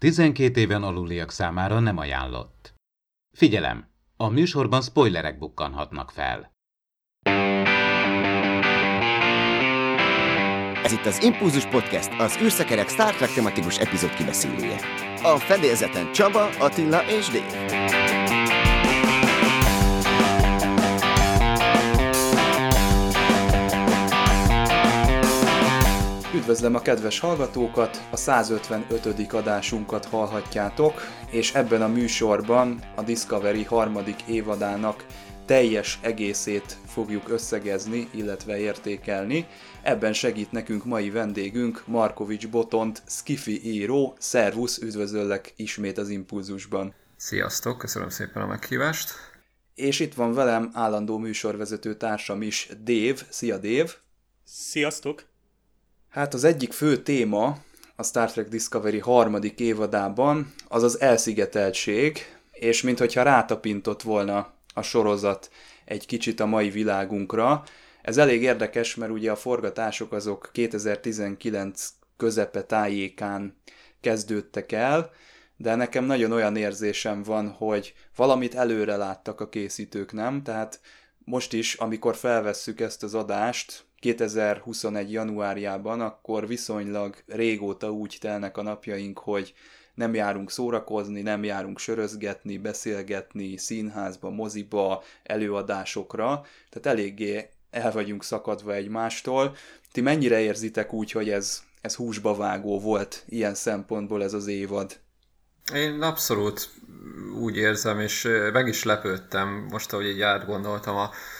12 éven aluliak számára nem ajánlott. Figyelem! A műsorban spoilerek bukkanhatnak fel. Ez itt az Impulzus Podcast, az űrszekerek Star Trek tematikus epizód kibeszélője. A fedélzeten Csaba, Attila és Dave. Üdvözlöm a kedves hallgatókat, a 155. adásunkat hallhatjátok, és ebben a műsorban a Discovery harmadik évadának teljes egészét fogjuk összegezni, illetve értékelni. Ebben segít nekünk mai vendégünk, Markovics Botont, Skifi író. Szervusz, üdvözöllek ismét az Impulzusban. Sziasztok, köszönöm szépen a meghívást. És itt van velem állandó műsorvezető társam is, Dave. Szia, Dave! Sziasztok! Hát az egyik fő téma a Star Trek Discovery harmadik évadában az az elszigeteltség, és minthogyha rátapintott volna a sorozat egy kicsit a mai világunkra. Ez elég érdekes, mert ugye a forgatások azok 2019 közepe tájékán kezdődtek el, de nekem nagyon olyan érzésem van, hogy valamit előre láttak a készítők, nem? Tehát most is, amikor felvesszük ezt az adást 2021. januárjában, akkor viszonylag régóta úgy telnek a napjaink, hogy nem járunk szórakozni, nem járunk sörözgetni, beszélgetni, színházba, moziba, előadásokra, tehát eléggé el vagyunk szakadva egymástól. Ti mennyire érzitek úgy, hogy ez húsba vágó volt ilyen szempontból ez az évad? Én abszolút úgy érzem, és meg is lepődtem most, ahogy így átgondoltam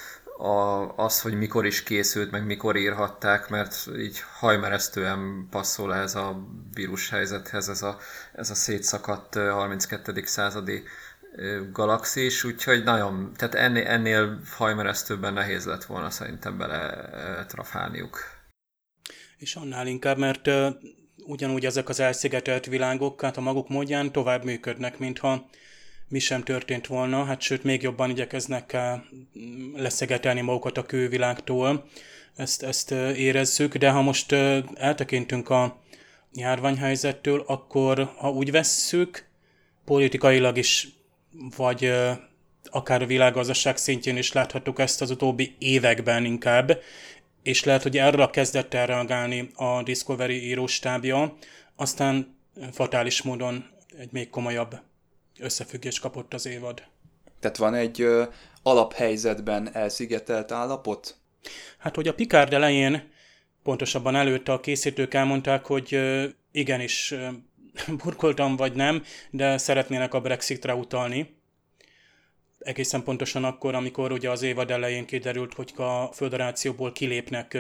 az, hogy mikor is készült, meg mikor írhatták, mert így hajmeresztően passzol ez a vírushelyzethez, ez a szétszakadt 32. századi galaxis, úgyhogy nagyon, tehát ennél hajmeresztőbben nehéz lett volna szerintem bele trafálniuk. És annál inkább, mert ugyanúgy ezek az elszigetelt világok, hát a maguk módján tovább működnek, mintha mi sem történt volna, hát sőt még jobban igyekeznek leszegetelni magukat a külvilágtól, ezt érezzük, de ha most eltekintünk a járványhelyzettől, akkor ha úgy vesszük, politikailag is, vagy akár a világgazdaság szintjén is láthattuk ezt az utóbbi években inkább, és lehet, hogy erre kezdett el reagálni a Discovery íróstábja, aztán fatális módon egy még komolyabb összefüggés kapott az évad. Tehát van egy alaphelyzetben elszigetelt állapot? Hát, hogy a Picard elején, pontosabban előtte a készítők elmondták, hogy igenis burkoltam vagy nem, de szeretnének a Brexitre utalni. Egészen pontosan akkor, amikor ugye az évad elején kiderült, hogy a föderációból kilépnek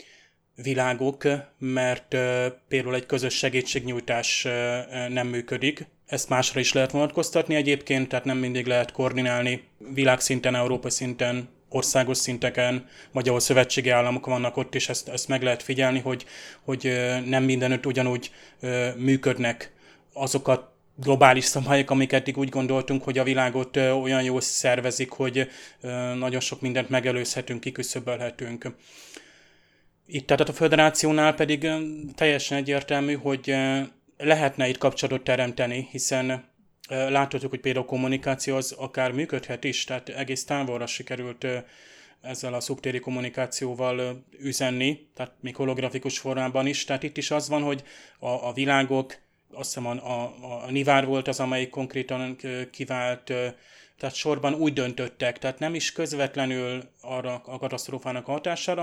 világok, mert például egy közös segítségnyújtás nem működik. Ezt másra is lehet vonatkoztatni egyébként, tehát nem mindig lehet koordinálni világszinten, európai szinten, országos szinteken, vagy ahol szövetségi államok vannak ott, és ezt meg lehet figyelni, hogy nem mindenütt ugyanúgy működnek azok a globális szabályok, amiket eddig úgy gondoltunk, hogy a világot olyan jól szervezik, hogy nagyon sok mindent megelőzhetünk, kiküszöbölhetünk. Itt tehát a föderációnál pedig teljesen egyértelmű, hogy lehetne itt kapcsolatot teremteni, hiszen láthatjuk, hogy például a kommunikáció az akár működhet is, tehát egész távolra sikerült ezzel a szubtéri kommunikációval üzenni, tehát még holografikus formában is. Tehát itt is az van, hogy a világok, azt hiszem a Nivár volt az, amelyik konkrétan kivált, tehát sorban úgy döntöttek, tehát nem is közvetlenül arra a katasztrófának hatására,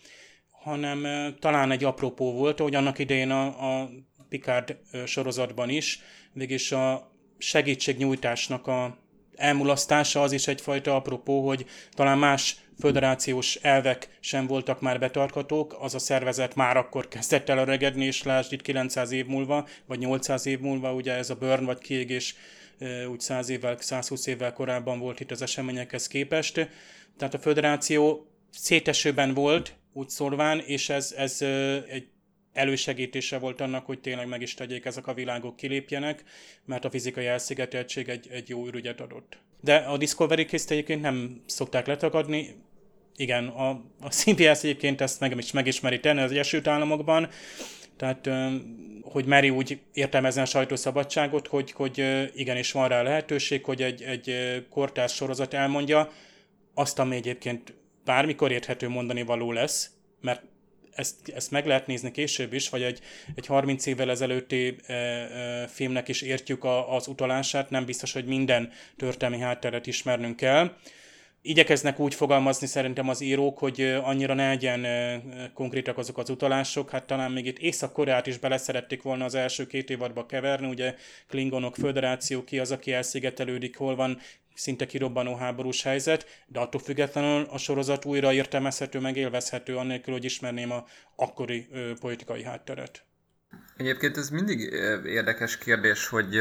hanem talán egy apropó volt, hogy annak idején a Picard sorozatban is, mégis a segítségnyújtásnak a elmulasztása az is egyfajta apropó, hogy talán más föderációs elvek sem voltak már betarthatók, az a szervezet már akkor kezdett el öregedni, és lásd itt 900 év múlva, vagy 800 év múlva, ugye ez a burn vagy kiégés úgy 120 évvel korábban volt itt az eseményekhez képest. Tehát a föderáció szétesőben volt, úgy szólván, és ez egy elősegítése volt annak, hogy tényleg meg is tegyék ezek a világok kilépjenek, mert a fizikai elszigeteltség egy jó ürügyet adott. De a Discovery Case-t egyébként nem szokták letagadni. Igen, a CBS egyébként ezt megismeri tenni az Egyesült Államokban. Tehát, hogy meri úgy értelmezni a sajtószabadságot, hogy igenis van rá lehetőség, hogy egy kortárs sorozat elmondja azt, ami egyébként bármikor érthető mondani való lesz, mert ezt meg lehet nézni később is, vagy egy 30 évvel ezelőtti filmnek is értjük az utalását, nem biztos, hogy minden történelmi hátteret ismernünk kell. Igyekeznek úgy fogalmazni szerintem az írók, hogy annyira ne legyen konkrétak azok az utalások, hát talán még itt Észak-Koreát is beleszerették volna az első 2 évadba keverni, ugye Klingonok föderáció, ki az, aki elszigetelődik, hol van szinte kirobbanó háborús helyzet, de attól függetlenül a sorozat újra értelmezhető, meg élvezhető, annélkül, hogy ismerném a akkori politikai hátteret. Egyébként ez mindig érdekes kérdés, hogy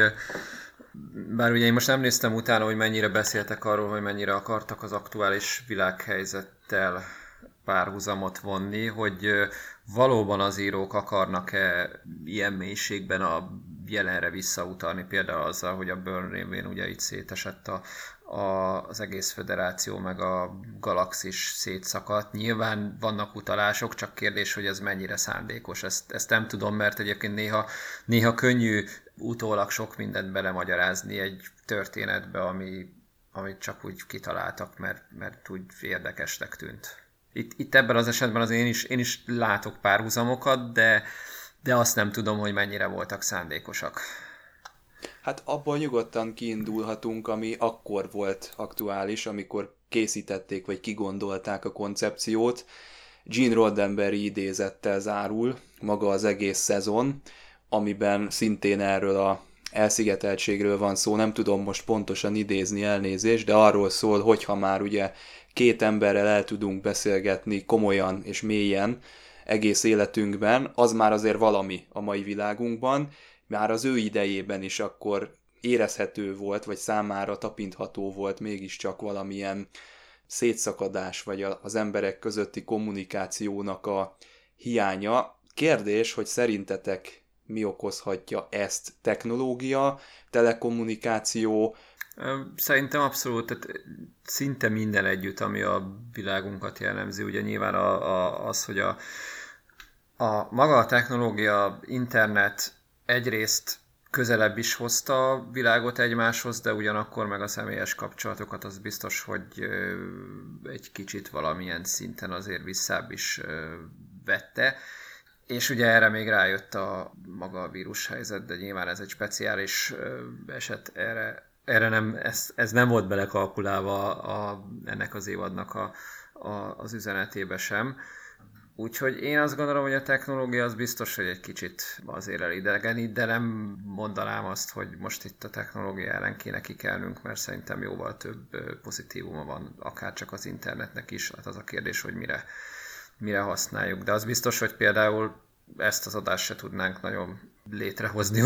bár ugye én most nem néztem utána, hogy mennyire beszéltek arról, hogy mennyire akartak az aktuális világhelyzettel párhuzamot vonni, hogy valóban az írók akarnak-e ilyen mélységben a jelenre visszautalni, például azzal, hogy a Burn révén ugye itt szétesett az egész föderáció, meg a galaxis szétszakadt. Nyilván vannak utalások, csak kérdés, hogy ez mennyire szándékos. Ezt nem tudom, mert egyébként néha könnyű utólag sok mindent belemagyarázni egy történetbe, amit csak úgy kitaláltak, mert úgy érdekesnek tűnt. Itt ebben az esetben az én is látok párhuzamokat, de azt nem tudom, hogy mennyire voltak szándékosak. Hát abból nyugodtan kiindulhatunk, ami akkor volt aktuális, amikor készítették vagy kigondolták a koncepciót. Gene Roddenberry idézettel zárul maga az egész szezon, amiben szintén erről a elszigeteltségről van szó, nem tudom most pontosan idézni, elnézést, de arról szól, hogyha már ugye 2 emberrel el tudunk beszélgetni komolyan és mélyen egész életünkben, az már azért valami a mai világunkban, már az ő idejében is akkor érezhető volt, vagy számára tapintható volt mégiscsak valamilyen szétszakadás, vagy az emberek közötti kommunikációnak a hiánya. Kérdés, hogy szerintetek mi okozhatja ezt? Technológia, telekommunikáció? Szerintem abszolút, tehát szinte minden együtt, ami a világunkat jellemzi. Ugye nyilván az, hogy a maga a technológia, internet egyrészt közelebb is hozta a világot egymáshoz, de ugyanakkor meg a személyes kapcsolatokat az biztos, hogy egy kicsit valamilyen szinten azért visszább is vette. És ugye erre még rájött a maga a vírushelyzet, de nyilván ez egy speciális eset, erre nem, ez nem volt belekalkulálva ennek az évadnak az üzenetébe sem. Úgyhogy én azt gondolom, hogy a technológia az biztos, hogy egy kicsit azért elidegenít, de nem mondanám azt, hogy most itt a technológia ellen kéne kikelnünk, mert szerintem jóval több pozitívuma van, akár csak az internetnek is. Hát az a kérdés, hogy mire használjuk. De az biztos, hogy például ezt az adást se tudnánk nagyon létrehozni,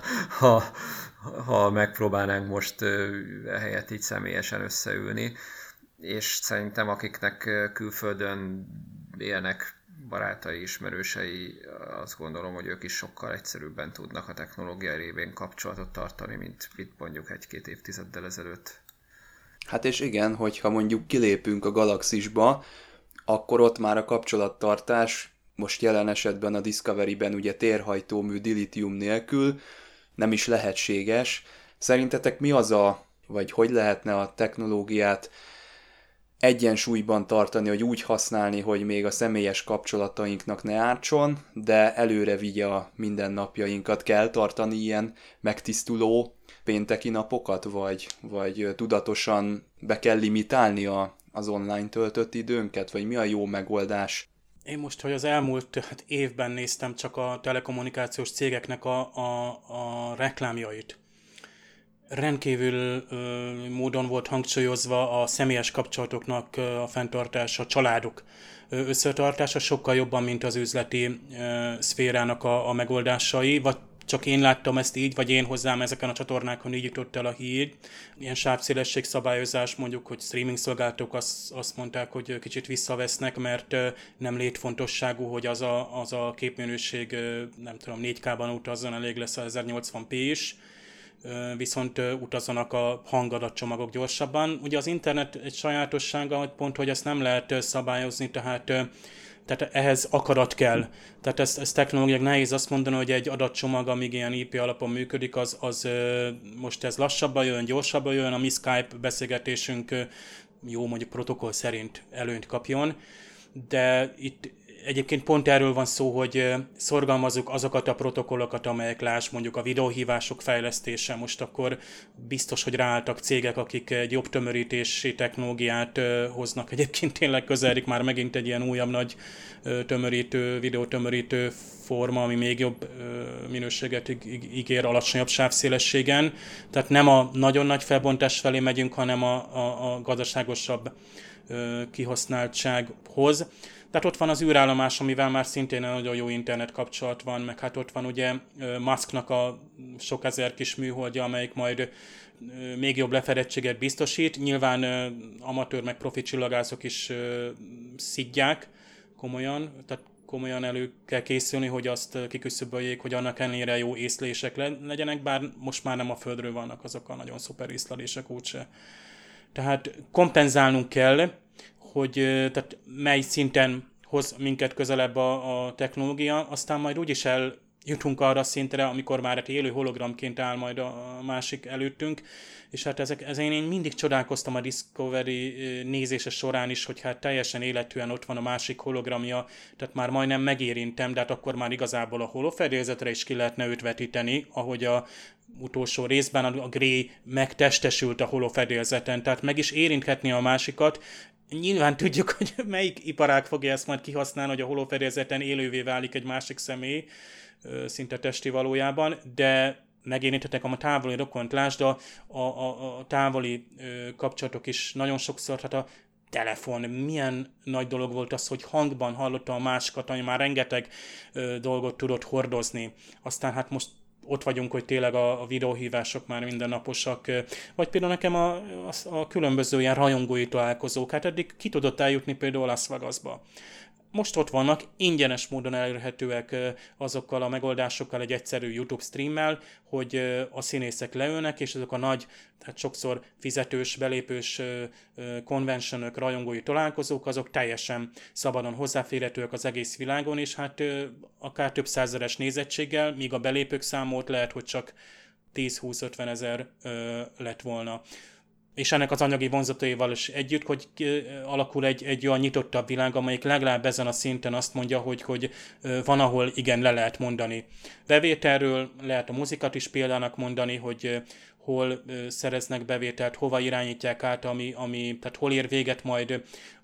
ha megpróbálnánk most helyett így személyesen összeülni. És szerintem akiknek külföldön élnek barátai, ismerősei, azt gondolom, hogy ők is sokkal egyszerűbben tudnak a technológia révén kapcsolatot tartani, mint mondjuk 1-2 évtizeddel ezelőtt. Hát és igen, hogyha mondjuk kilépünk a galaxisba, akkor ott már a kapcsolattartás, most jelen esetben a Discovery-ben ugye térhajtómű dilithium nélkül nem is lehetséges. Szerintetek mi az vagy hogy lehetne a technológiát egyensúlyban tartani, hogy úgy használni, hogy még a személyes kapcsolatainknak ne ártson, de előre vigye a mindennapjainkat? Kell tartani ilyen megtisztuló pénteki napokat, vagy tudatosan be kell limitálni az online töltött időnket, vagy mi a jó megoldás? Én most, hogy az elmúlt évben néztem csak a telekommunikációs cégeknek a reklámjait. Rendkívül módon volt hangsúlyozva a személyes kapcsolatoknak a fenntartása, a családok összetartása sokkal jobban, mint az üzleti szférának a megoldásai, vagy csak én láttam ezt így, vagy én hozzám ezeken a csatornákon így jutott el a hír. Ilyen sávszélesség szabályozás, mondjuk, hogy streaming szolgáltatók azt mondták, hogy kicsit visszavesznek, mert nem létfontosságú, hogy az a képminőség, nem tudom, 4K-ban utazzon, elég lesz a 1080p is, viszont utazzanak a hangadatcsomagok gyorsabban. Ugye az internet egy sajátossága, pont, hogy ezt nem lehet szabályozni, tehát Tehát ehhez akarat kell. Tehát ez technológiák nehéz azt mondani, hogy egy adatcsomag, amíg ilyen IP alapon működik, az most ez lassabban jön, gyorsabban jön, a mi Skype beszélgetésünk jó, mondjuk protokoll szerint előnyt kapjon, de itt egyébként pont erről van szó, hogy szorgalmazzuk azokat a protokollokat, amelyek mondjuk a videóhívások fejlesztése. Most akkor biztos, hogy ráálltak cégek, akik egy jobb tömörítési technológiát hoznak. Egyébként tényleg közeledik már megint egy ilyen újabb nagy videótömörítő forma, ami még jobb minőséget ígér alacsonyabb sávszélességen. Tehát nem a nagyon nagy felbontás felé megyünk, hanem a gazdaságosabb kihasználtsághoz. Tehát ott van az űrállomás, amivel már szintén nagyon jó internet kapcsolat van, meg hát ott van ugye Musknak a sok ezer kis műholdja, amelyik majd még jobb lefedettséget biztosít. Nyilván amatőr meg profi csillagászok is szidják komolyan, tehát komolyan elő kell készülni, hogy azt kiküszöböljék, hogy annak ellenére jó észlések legyenek, bár most már nem a Földről vannak azok a nagyon szuper észlelések úgyse. Tehát kompenzálnunk kell, hogy tehát mely szinten hoz minket közelebb a technológia, aztán majd úgyis eljutunk arra a szintre, amikor már egy élő hologramként áll majd a másik előttünk, és hát ezen én mindig csodálkoztam a Discovery nézése során is, hogy hát teljesen életűen ott van a másik hologramja, tehát már majdnem megérintem, de hát akkor már igazából a holofedélzetre is ki lehetne őt vetíteni, ahogy a utolsó részben a Grey megtestesült a holofedélzeten, tehát meg is érinthetni a másikat. Nyilván tudjuk, hogy melyik iparág fogja ezt majd kihasználni, hogy a holofedélzeten élővé válik egy másik személy, szinte testi valójában, de megérinthetek a távoli rokont, lásd a távoli kapcsolatok is nagyon sokszor, hát a telefon, milyen nagy dolog volt az, hogy hangban hallotta a másikat, ami már rengeteg dolgot tudott hordozni. Aztán hát most ott vagyunk, hogy tényleg a videóhívások már mindennaposak, vagy például nekem a különböző ilyen rajongói találkozók, hát eddig ki tudott eljutni például Las Vegasba. Most ott vannak, ingyenes módon elérhetőek azokkal a megoldásokkal, egy egyszerű YouTube streammel, hogy a színészek leülnek, és azok a nagy, tehát sokszor fizetős, belépős conventionök, rajongói találkozók, azok teljesen szabadon hozzáférhetőek az egész világon, és hát akár több százeres nézettséggel, míg a belépők számot lehet, hogy csak 10-20-50 ezer lett volna. És ennek az anyagi vonzataival is együtt, hogy alakul egy olyan nyitottabb világ, amelyik legalább ezen a szinten azt mondja, hogy van, ahol igen, le lehet mondani. Bevételről lehet a muzikát is példának mondani, hogy hol szereznek bevételt, hova irányítják át, tehát hol ér véget majd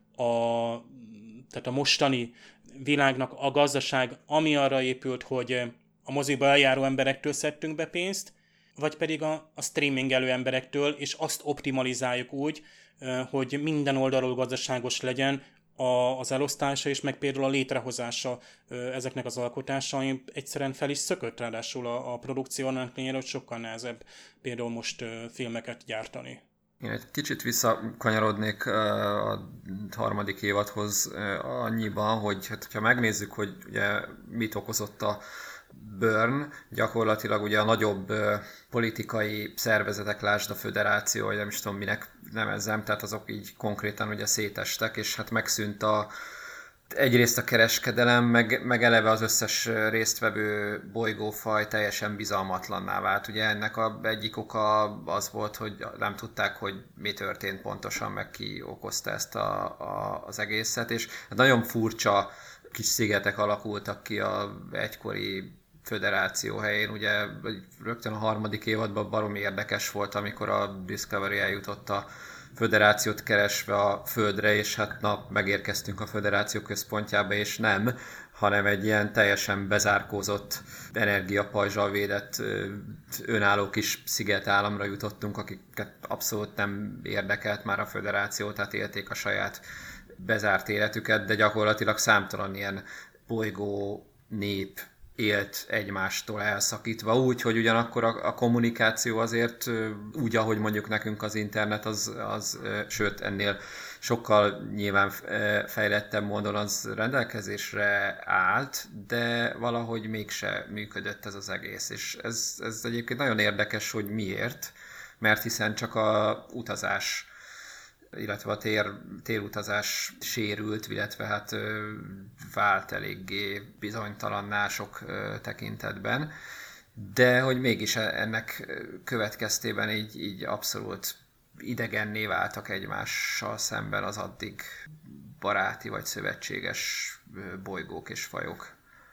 tehát a mostani világnak a gazdaság, ami arra épült, hogy a moziba eljáró emberektől szedtünk be pénzt, vagy pedig a streamingelő emberektől, és azt optimalizáljuk úgy, hogy minden oldalról gazdaságos legyen az elosztása, és meg például a létrehozása ezeknek az alkotásai egyszerűen fel is szökött, ráadásul a produkciónak lényeg, hogy sokkal nehezebb például most filmeket gyártani. Én egy kicsit visszakanyarodnék a harmadik évadhoz annyiban, hogy hát, ha megnézzük, hogy ugye mit okozott a Burn, gyakorlatilag ugye a nagyobb politikai szervezetek, lásd a föderáció, vagy nem is tudom minek nevezzem, tehát azok így konkrétan ugye szétestek, és hát megszűnt egyrészt a kereskedelem, meg eleve az összes résztvevő bolygófaj teljesen bizalmatlanná vált. Ugye ennek egyik oka az volt, hogy nem tudták, hogy mi történt pontosan, meg ki okozta ezt az egészet, és nagyon furcsa kis szigetek alakultak ki a egykori föderáció helyén. Ugye rögtön a harmadik évadban baromi érdekes volt, amikor a Discovery eljutott a föderációt keresve a Földre, és hát megérkeztünk a föderáció központjába, és nem, hanem egy ilyen teljesen bezárkózott, energiapajzsal védett önálló kis szigetállamra jutottunk, akiket abszolút nem érdekelt már a föderáció, tehát élték a saját bezárt életüket, de gyakorlatilag számtalan ilyen bolygó nép élt egymástól elszakítva, úgy, hogy ugyanakkor a kommunikáció azért úgy, ahogy mondjuk nekünk az internet, az sőt ennél sokkal nyilván fejlettebb módon az rendelkezésre állt, de valahogy mégse működött ez az egész. És ez egyébként nagyon érdekes, hogy miért, mert hiszen csak a utazás illetve a térutazás sérült, illetve hát vált eléggé bizonytalanná sok tekintetben, de hogy mégis ennek következtében így abszolút idegenné váltak egymással szemben az addig baráti vagy szövetséges bolygók és fajok.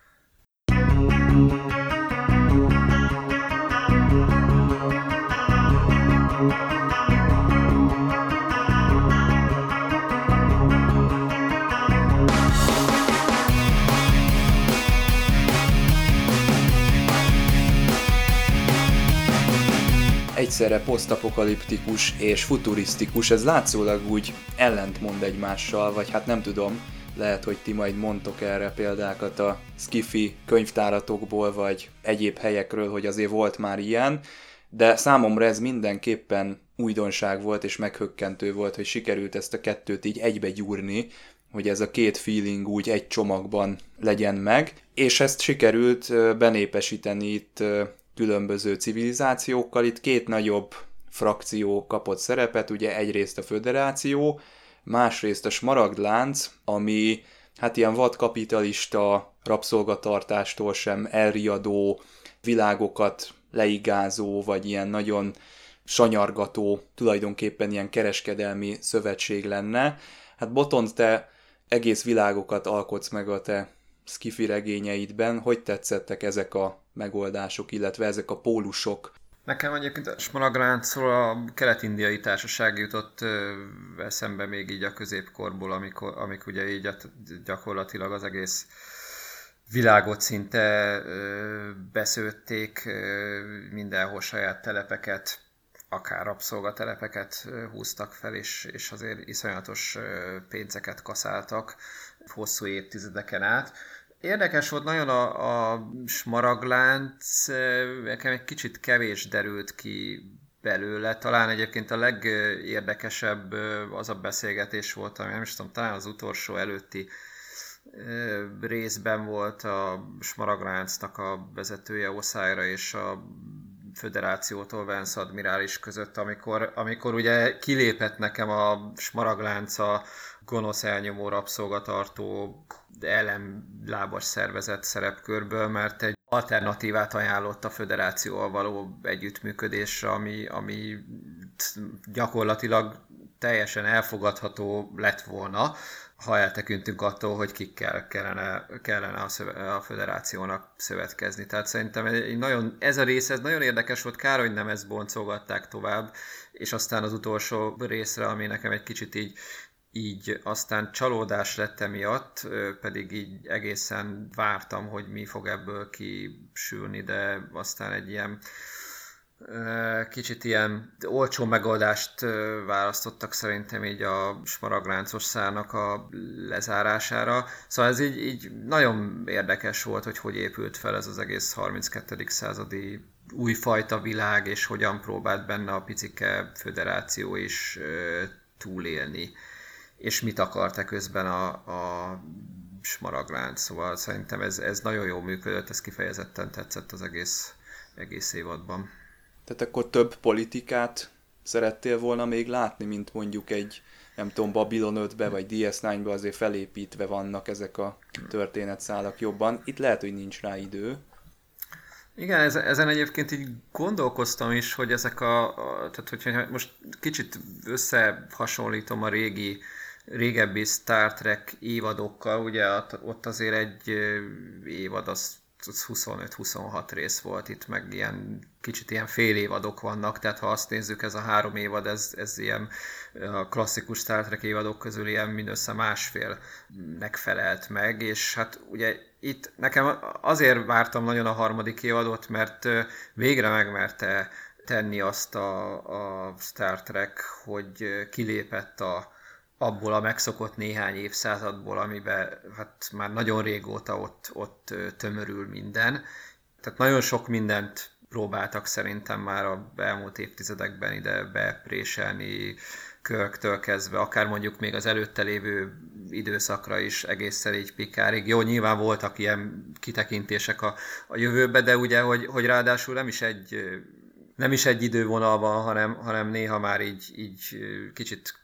Egyszerre posztapokaliptikus és futurisztikus, ez látszólag úgy ellentmond egymással, vagy hát nem tudom, lehet, hogy ti majd mondtok erre példákat a sci-fi könyvtáratokból, vagy egyéb helyekről, hogy azért volt már ilyen, de számomra ez mindenképpen újdonság volt, és meghökkentő volt, hogy sikerült ezt a kettőt így egybe gyúrni, hogy ez a két feeling úgy egy csomagban legyen meg, és ezt sikerült benépesíteni itt különböző civilizációkkal. Itt két nagyobb frakció kapott szerepet, ugye egyrészt a Föderáció, másrészt a Smaragdlánc, ami hát ilyen vadkapitalista, rabszolgatartástól sem elriadó, világokat leigázó, vagy ilyen nagyon sanyargató, tulajdonképpen ilyen kereskedelmi szövetség lenne. Hát Botond, te egész világokat alkotsz meg a te sci-fi regényeidben. Hogy tetszettek ezek a megoldások, illetve ezek a pólusok? Nekem egyébként a Smaragdláncról a Kelet-indiai Társaság jutott eszembe még így a középkorból, amik ugye így gyakorlatilag az egész világot szinte beszőtték, mindenhol saját telepeket, akár rabszolgatelepeket húztak fel, és azért iszonyatos pénzeket kaszáltak hosszú évtizedeken át. Érdekes volt nagyon a Smaragdlánc, nekem egy kicsit kevés derült ki belőle. Talán egyébként a legérdekesebb az a beszélgetés volt, ami nem is tudom, talán az utolsó előtti részben volt a Smaragdláncnak a vezetője Oszájra és a Föderációtól Vance admirális között, amikor ugye kilépett nekem a Smaragdlánc a gonosz elnyomó rabszolgatartó ellenlábas szervezet szerepkörből, mert egy alternatívát ajánlott a Föderációval való együttműködésre, ami gyakorlatilag teljesen elfogadható lett volna, ha eltekintünk attól, hogy kikkel kellene a Föderációnak szövetkezni. Tehát szerintem ez a rész ez nagyon érdekes volt, kár, hogy nem ezt boncolgatták tovább, és aztán az utolsó részre, ami nekem egy kicsit így aztán csalódás lett emiatt, pedig így egészen vártam, hogy mi fog ebből kisülni, de aztán egy ilyen kicsit ilyen olcsó megoldást választottak szerintem így a Smaragdláncos szárnak a lezárására. Szóval ez így nagyon érdekes volt, hogy épült fel ez az egész 32. századi újfajta világ, és hogyan próbált benne a picike föderáció is túlélni. És mit akart közben a Smaragdlánc. Szóval szerintem ez nagyon jól működött, ez kifejezetten tetszett az egész évadban. Tehát akkor több politikát szerettél volna még látni, mint mondjuk egy, nem tudom, Babylon 5-be vagy DS9-be azért felépítve vannak ezek a történetszálak jobban. Itt lehet, hogy nincs rá idő. Igen, ezen egyébként így gondolkoztam is, hogy ezek tehát hogyha most kicsit összehasonlítom a régebbi Star Trek évadokkal, ugye ott azért egy évad az 25-26 rész volt, itt meg kicsit ilyen fél évadok vannak, tehát ha azt nézzük, ez a 3 évad, ez ilyen a klasszikus Star Trek évadok közül ilyen mindössze másfélnek felelt meg, és hát ugye itt nekem azért vártam nagyon a 3. évadot, mert végre megmerte tenni azt a Star Trek, hogy kilépett abból a megszokott néhány évszázadból, amiben hát már nagyon régóta ott tömörül minden. Tehát nagyon sok mindent próbáltak szerintem már a elmúlt évtizedekben ide bepréselni, Kirktől kezdve, akár mondjuk még az előtte lévő időszakra is egészen így Picardig. Jó, nyilván voltak ilyen kitekintések a jövőbe, de ugye, hogy ráadásul nem is egy idővonalban, hanem néha már így kicsit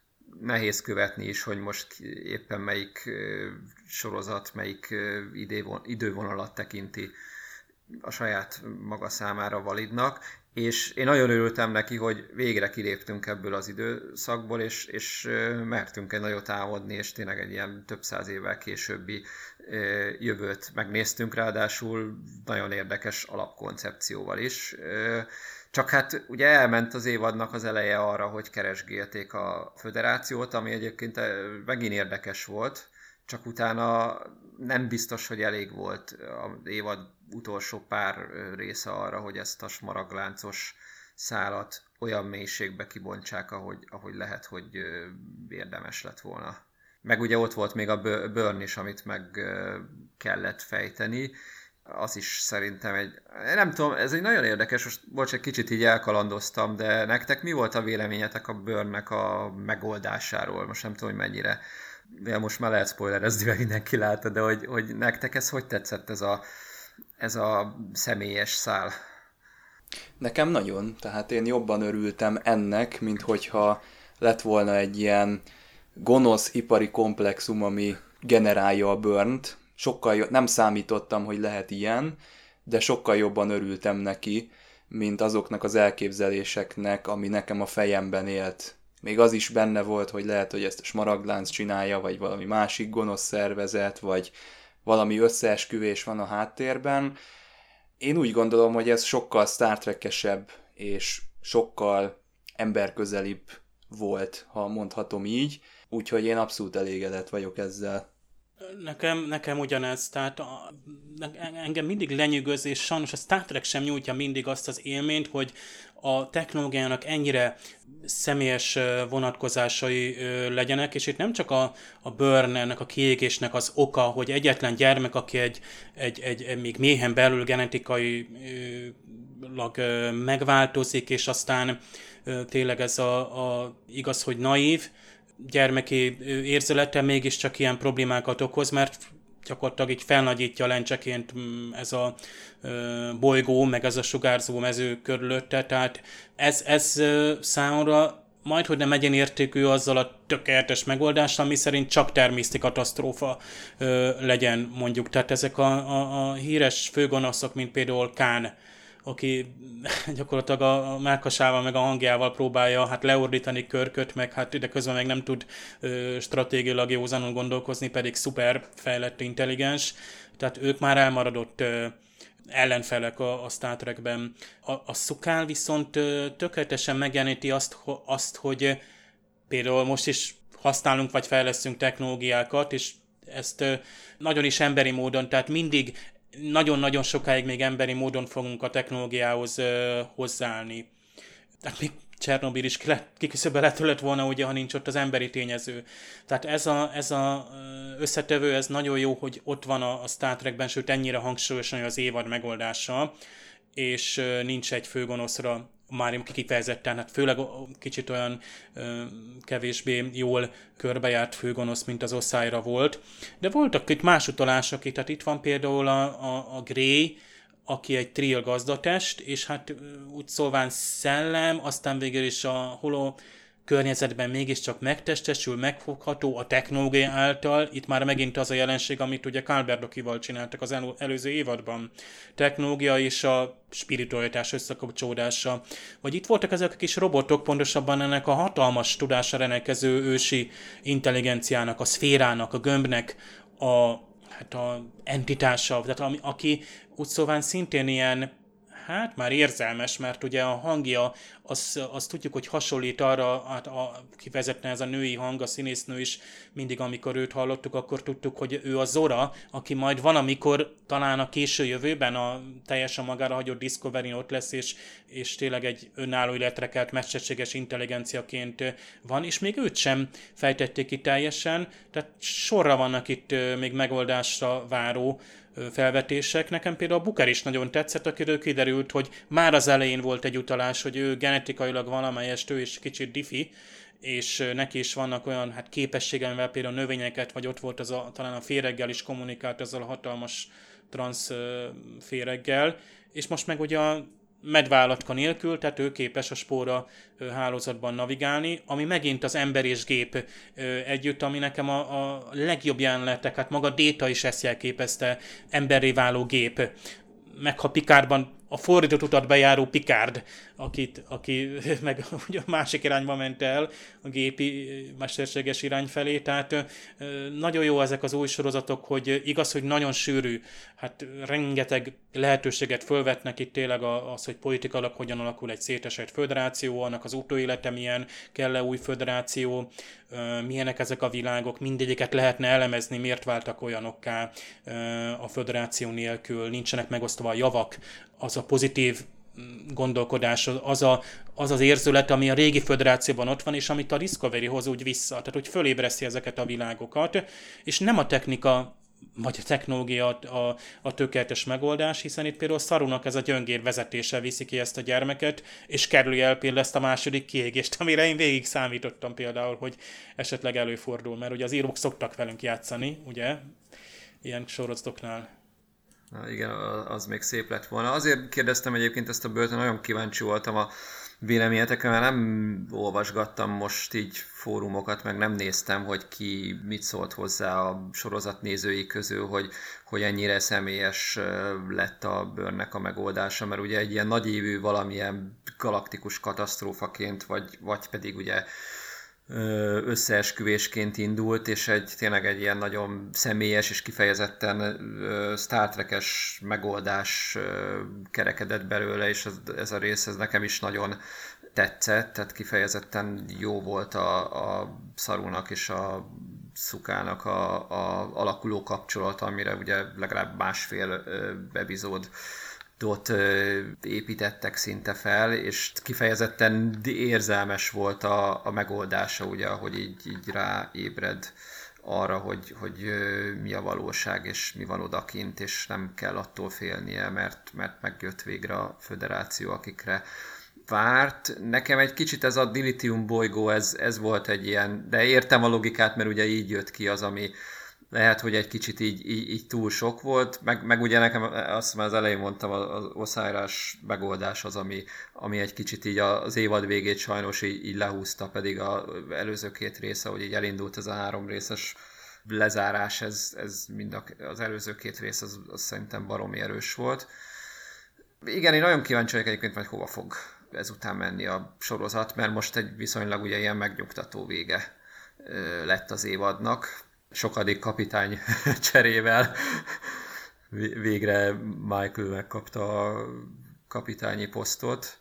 nehéz követni is, hogy most éppen melyik sorozat, melyik idővonalat tekinti a saját maga számára validnak, és én nagyon örültem neki, hogy végre kiléptünk ebből az időszakból, és mertünk egy nagyot álmodni, és tényleg egy ilyen több száz évvel későbbi jövőt megnéztünk, ráadásul nagyon érdekes alapkoncepcióval is. Csak hát ugye elment az évadnak az eleje arra, hogy keresgélték a föderációt, ami egyébként megint érdekes volt, csak utána nem biztos, hogy elég volt az évad utolsó pár része arra, hogy ezt a smaragdláncos szálat olyan mélységbe kibontsák, ahogy lehet, hogy érdemes lett volna. Meg ugye ott volt még a Burn is, amit meg kellett fejteni. Az is szerintem nem tudom, ez egy nagyon érdekes, most egy kicsit így elkalandoztam, de nektek mi volt a véleményetek a Burnnek a megoldásáról? Most nem tudom, hogy mennyire, de most már lehet spoilerezni, mert mindenki látta, de hogy nektek ez hogy tetszett ez a személyes szál? Nekem nagyon, tehát én jobban örültem ennek, mint hogyha lett volna egy ilyen gonosz ipari komplexum, ami generálja a Burnt. Nem számítottam, hogy lehet ilyen, de sokkal jobban örültem neki, mint azoknak az elképzeléseknek, ami nekem a fejemben élt. Még az is benne volt, hogy lehet, hogy ezt a smaragdlánc csinálja, vagy valami másik gonosz szervezet, vagy valami összeesküvés van a háttérben. Én úgy gondolom, hogy ez sokkal Star Trek-esebb, és sokkal emberközelibb volt, ha mondhatom így, úgyhogy én abszolút elégedett vagyok ezzel. Nekem ugyanez, tehát engem mindig lenyűgöz, és sajnos a Star Trek sem nyújtja mindig azt az élményt, hogy a technológiának ennyire személyes vonatkozásai legyenek, és itt nem csak a Burn-nek, a kiégésnek az oka, hogy egyetlen gyermek, aki egy még méhen belül genetikailag megváltozik, és aztán tényleg ez igaz, hogy naív, gyermeki érzülete mégiscsak ilyen problémákat okoz, mert gyakorlatilag így felnagyítja lencseként ez a bolygó, meg ez a sugárzó mező körülötte, tehát ez számomra majdhogy nem egyenértékű azzal a tökéletes megoldással, ami szerint csak természeti katasztrófa legyen mondjuk. Tehát ezek a híres főgonoszok, mint például Khan, aki gyakorlatilag a mellkasával meg a hangjával próbálja hát leordítani Kirköt, meg hát ide közben meg nem tud stratégiailag józanul gondolkozni, pedig szuper fejlett, intelligens. Tehát ők már elmaradott ellenfelek a Star Trekben. A Szukál viszont tökéletesen megjeleníti azt, hogy például most is használunk vagy fejlesztünk technológiákat, és ezt nagyon is emberi módon, tehát mindig nagyon-nagyon sokáig még emberi módon fogunk a technológiához hozzáállni. Tehát még Csernobil is kiküszöbölhető lett volna, ugye, ha nincs ott az emberi tényező. Tehát ez a összetevő, ez nagyon jó, hogy ott van a Star Trekben, sőt ennyire hangsúlyosan az évad megoldása, és nincs egy főgonoszra már kifejezetten, hát főleg kicsit olyan kevésbé jól körbejárt főgonosz, mint az Oszályra volt. De voltak itt más utalások, tehát itt van például a Grey, aki egy Trill gazdatest, és hát úgy szólván szellem, aztán végül is a holo környezetben mégiscsak megtestesül, megfogható a technológia által. Itt már megint az a jelenség, amit ugye Kalberdokival csináltak az előző évadban. Technológia és a spiritualitás összekapcsolódása. Vagy itt voltak ezek a kis robotok, pontosabban ennek a hatalmas tudásra rendelkező ősi intelligenciának, a szférának, a gömbnek a entitása, tehát aki úgy szóván szintén ilyen, hát már érzelmes, mert ugye a hangja, azt tudjuk, hogy hasonlít arra, kifejezetten ez a női hang, a színésznő is mindig, amikor őt hallottuk, akkor tudtuk, hogy ő a Zora, aki majd valamikor, talán a késő jövőben a teljesen magára hagyott Discovery ott lesz, és tényleg egy önálló életrekelt, mesterséges intelligenciaként van, és még őt sem fejtették ki teljesen, tehát sorra vannak itt még megoldásra váró felvetések. Nekem például a Booker is nagyon tetszett, akiről kiderült, hogy már az elején volt egy utalás, hogy ő genetikailag valamelyest, ő is kicsit diffi, és neki is vannak olyan képessége, amivel például növényeket, vagy ott volt talán a féreggel is kommunikált, ezzel a hatalmas transz féreggel, és most meg ugye medvállatka nélkül, tehát ő képes a spóra hálózatban navigálni, ami megint az ember és gép együtt, ami nekem a legjobb jelenetek, hát maga Data is ezt jelképezte, emberré váló gép. Meg ha Picardban a fordított utat bejáró Picard, aki meg ugye a másik irányba ment el, a gépi mesterséges irány felé, tehát nagyon jó ezek az új sorozatok, hogy igaz, hogy nagyon sűrű, hát rengeteg lehetőséget fölvetnek itt tényleg az, hogy politikailag hogyan alakul egy szétesett föderáció, annak az utóélete milyen, kell-e új föderáció, milyenek ezek a világok, mindegyiket lehetne elemezni, miért váltak olyanokká a föderáció nélkül, nincsenek megosztva a javak, az a pozitív gondolkodás, az az érzület, ami a régi föderációban ott van, és amit a Discovery hoz úgy vissza, tehát hogy fölébreszti ezeket a világokat, és nem a technika vagy a technológia a tökéletes megoldás, hiszen itt például Sarunak ez a gyöngér vezetése viszi ki ezt a gyermeket, és kerüli el például ezt a második kiégést, amire én végig számítottam például, hogy esetleg előfordul, mert ugye az írók szoktak velünk játszani, ugye, ilyen sorozatoknál. Na igen, az még szép lett volna. Azért kérdeztem egyébként ezt a bőrt, nagyon kíváncsi voltam a véleményetekre, mert nem olvasgattam most így fórumokat, meg nem néztem, hogy ki mit szólt hozzá a sorozat nézői közül, hogy ennyire személyes lett a bőrnek a megoldása, mert ugye egy ilyen nagyívű valamilyen galaktikus katasztrófaként, vagy pedig ugye összeesküvésként indult, és tényleg egy ilyen nagyon személyes és kifejezetten Star Trek-es megoldás kerekedett belőle, és ez a rész ez nekem is nagyon tetszett, tehát kifejezetten jó volt a Sarunak és a Szukának a alakuló kapcsolat, amire ugye legalább másfél epizód építettek szinte fel, és kifejezetten érzelmes volt a megoldása, ugye, ahogy így ráébred arra, hogy mi a valóság, és mi van odakint, és nem kell attól félnie, mert megjött végre a föderáció, akikre várt. Nekem egy kicsit ez a Dilithium bolygó, ez volt egy ilyen, de értem a logikát, mert ugye így jött ki az, ami lehet, hogy egy kicsit így túl sok volt, meg ugye nekem azt már az elején mondtam, az Osiris megoldás az, ami egy kicsit így az évad végét sajnos így lehúzta, pedig az előző két része, hogy így elindult ez a 3 részes lezárás, ez mind az előző 2 rész, az szerintem baromi erős volt. Igen, én nagyon kíváncsi vagyok egyébként, hogy hova fog ezután menni a sorozat, mert most egy viszonylag ugye ilyen megnyugtató vége lett az évadnak. Sokadik kapitány cserével végre Michael megkapta a kapitányi posztot.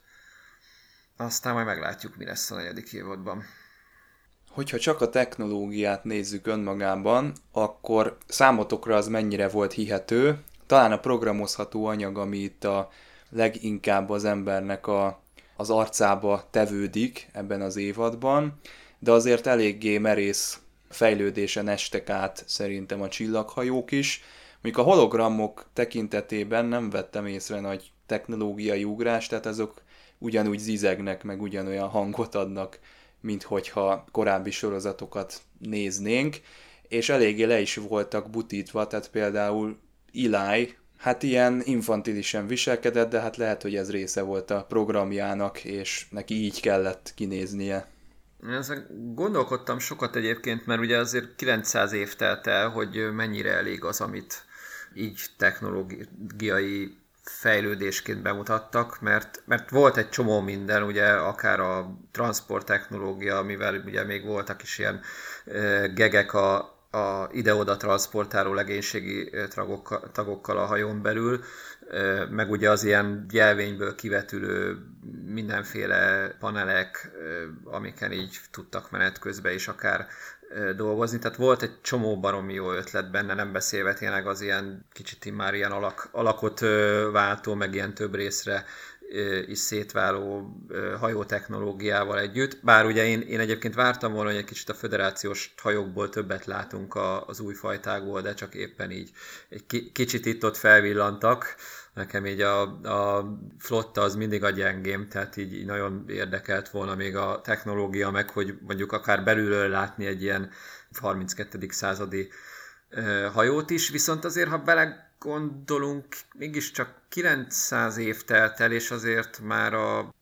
Aztán majd meglátjuk, mi lesz a 4. évadban. Hogyha csak a technológiát nézzük önmagában, akkor számotokra az mennyire volt hihető? Talán a programozható anyag, ami itt a leginkább az embernek az arcába tevődik ebben az évadban, de azért eléggé merész fejlődésen estek át szerintem a csillaghajók is. Mondjuk a hologramok tekintetében nem vettem észre nagy technológiai ugrást, tehát azok ugyanúgy zizegnek, meg ugyanolyan hangot adnak, mint hogyha korábbi sorozatokat néznénk, és eléggé le is voltak butítva, tehát például Eli, hát ilyen infantilisen viselkedett, de hát lehet, hogy ez része volt a programjának, és neki így kellett kinéznie. Ezen gondolkodtam sokat egyébként, mert ugye azért 900 év telt el, hogy mennyire elég az, amit így technológiai fejlődésként bemutattak, mert volt egy csomó minden, ugye akár a transport technológia, amivel ugye még voltak is ilyen gegek a ide-oda transportáló legénységi tagokkal a hajón belül, meg ugye az ilyen jelvényből kivetülő mindenféle panelek, amiken így tudtak menet közben is akár dolgozni. Tehát volt egy csomó baromi jó ötlet benne, nem beszélve tényleg az ilyen kicsit már ilyen alakot váltó, meg ilyen több részre is szétváló hajótechnológiával együtt. Bár ugye én egyébként vártam volna, hogy egy kicsit a föderációs hajókból többet látunk az új fajtákból, de csak éppen így egy kicsit itt-ott felvillantak. Nekem így a flotta az mindig a gyengém, tehát így nagyon érdekelt volna még a technológia, meg hogy mondjuk akár belülről látni egy ilyen 32. századi hajót is, viszont azért, ha belegondolunk, mégiscsak 900 év telt el, és azért már a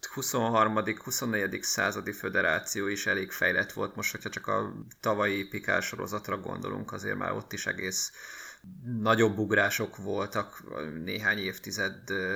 23.-24. századi föderáció is elég fejlett volt. Most, hogyha csak a tavalyi Picard sorozatra gondolunk, azért már ott is egész nagyobb ugrások voltak néhány évtized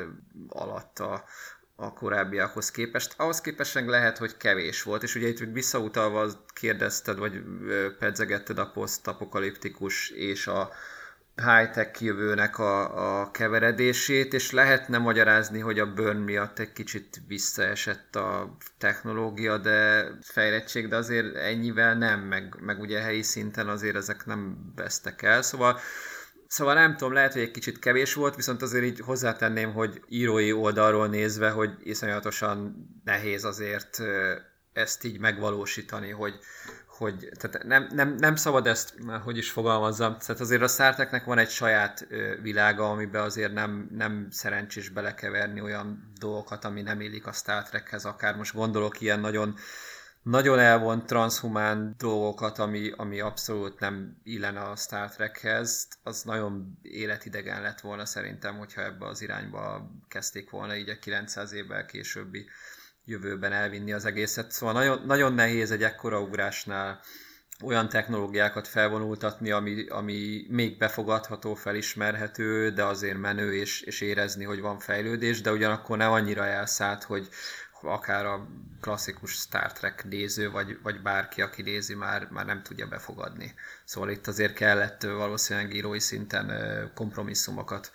alatt a korábbiakhoz képest. Ahhoz képest lehet, hogy kevés volt, és ugye itt visszautalva kérdezted, vagy pedzegetted a posztapokaliptikus és a high-tech jövőnek a keveredését, és lehetne magyarázni, hogy a burn miatt egy kicsit visszaesett a technológia, de fejlettség, de azért ennyivel nem, meg ugye helyi szinten azért ezek nem vesztek el, szóval nem tudom, lehet, hogy egy kicsit kevés volt, viszont azért így hozzátenném, hogy írói oldalról nézve, hogy iszonyatosan nehéz azért ezt így megvalósítani, hogy tehát nem szabad ezt, hogy is fogalmazzam, tehát azért a Star Treknek van egy saját világa, amiben azért nem szerencsés belekeverni olyan dolgokat, ami nem illik a Star Trekhez, akár most gondolok ilyen nagyon elvont transhumán dolgokat, ami abszolút nem illene a Star Trekhez, az nagyon életidegen lett volna szerintem, hogyha ebbe az irányba kezdték volna így a 900 évvel későbbi jövőben elvinni az egészet. Szóval nagyon, nagyon nehéz egy ekkora ugrásnál olyan technológiákat felvonultatni, ami még befogadható, felismerhető, de azért menő, és érezni, hogy van fejlődés, de ugyanakkor nem annyira elszállt, hogy akár a klasszikus Star Trek néző, vagy bárki, aki nézi, már nem tudja befogadni. Szóval itt azért kellett valószínűleg írói szinten kompromisszumokat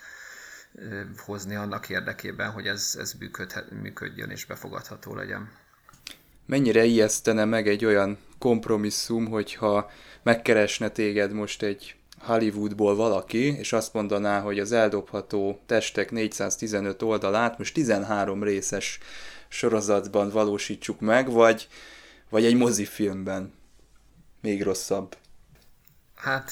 hozni annak érdekében, hogy ez működjön és befogadható legyen. Mennyire ijesztene meg egy olyan kompromisszum, hogyha megkeresne téged most egy Hollywoodból valaki, és azt mondaná, hogy az Eldobható testek 415 oldalát most 13 részes sorozatban valósítsuk meg, vagy egy mozifilmben. Még rosszabb. Hát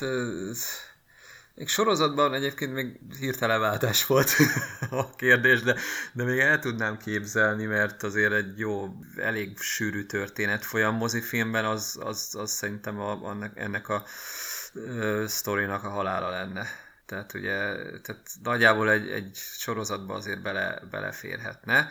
még sorozatban egyébként még hirtelen váltás volt a kérdés, de még el tudnám képzelni, mert azért egy jó, elég sűrű történet folyam. Mozifilmben az szerintem ennek a sztorinak a halála lenne. Tehát ugye nagyjából egy sorozatban azért beleférhetne,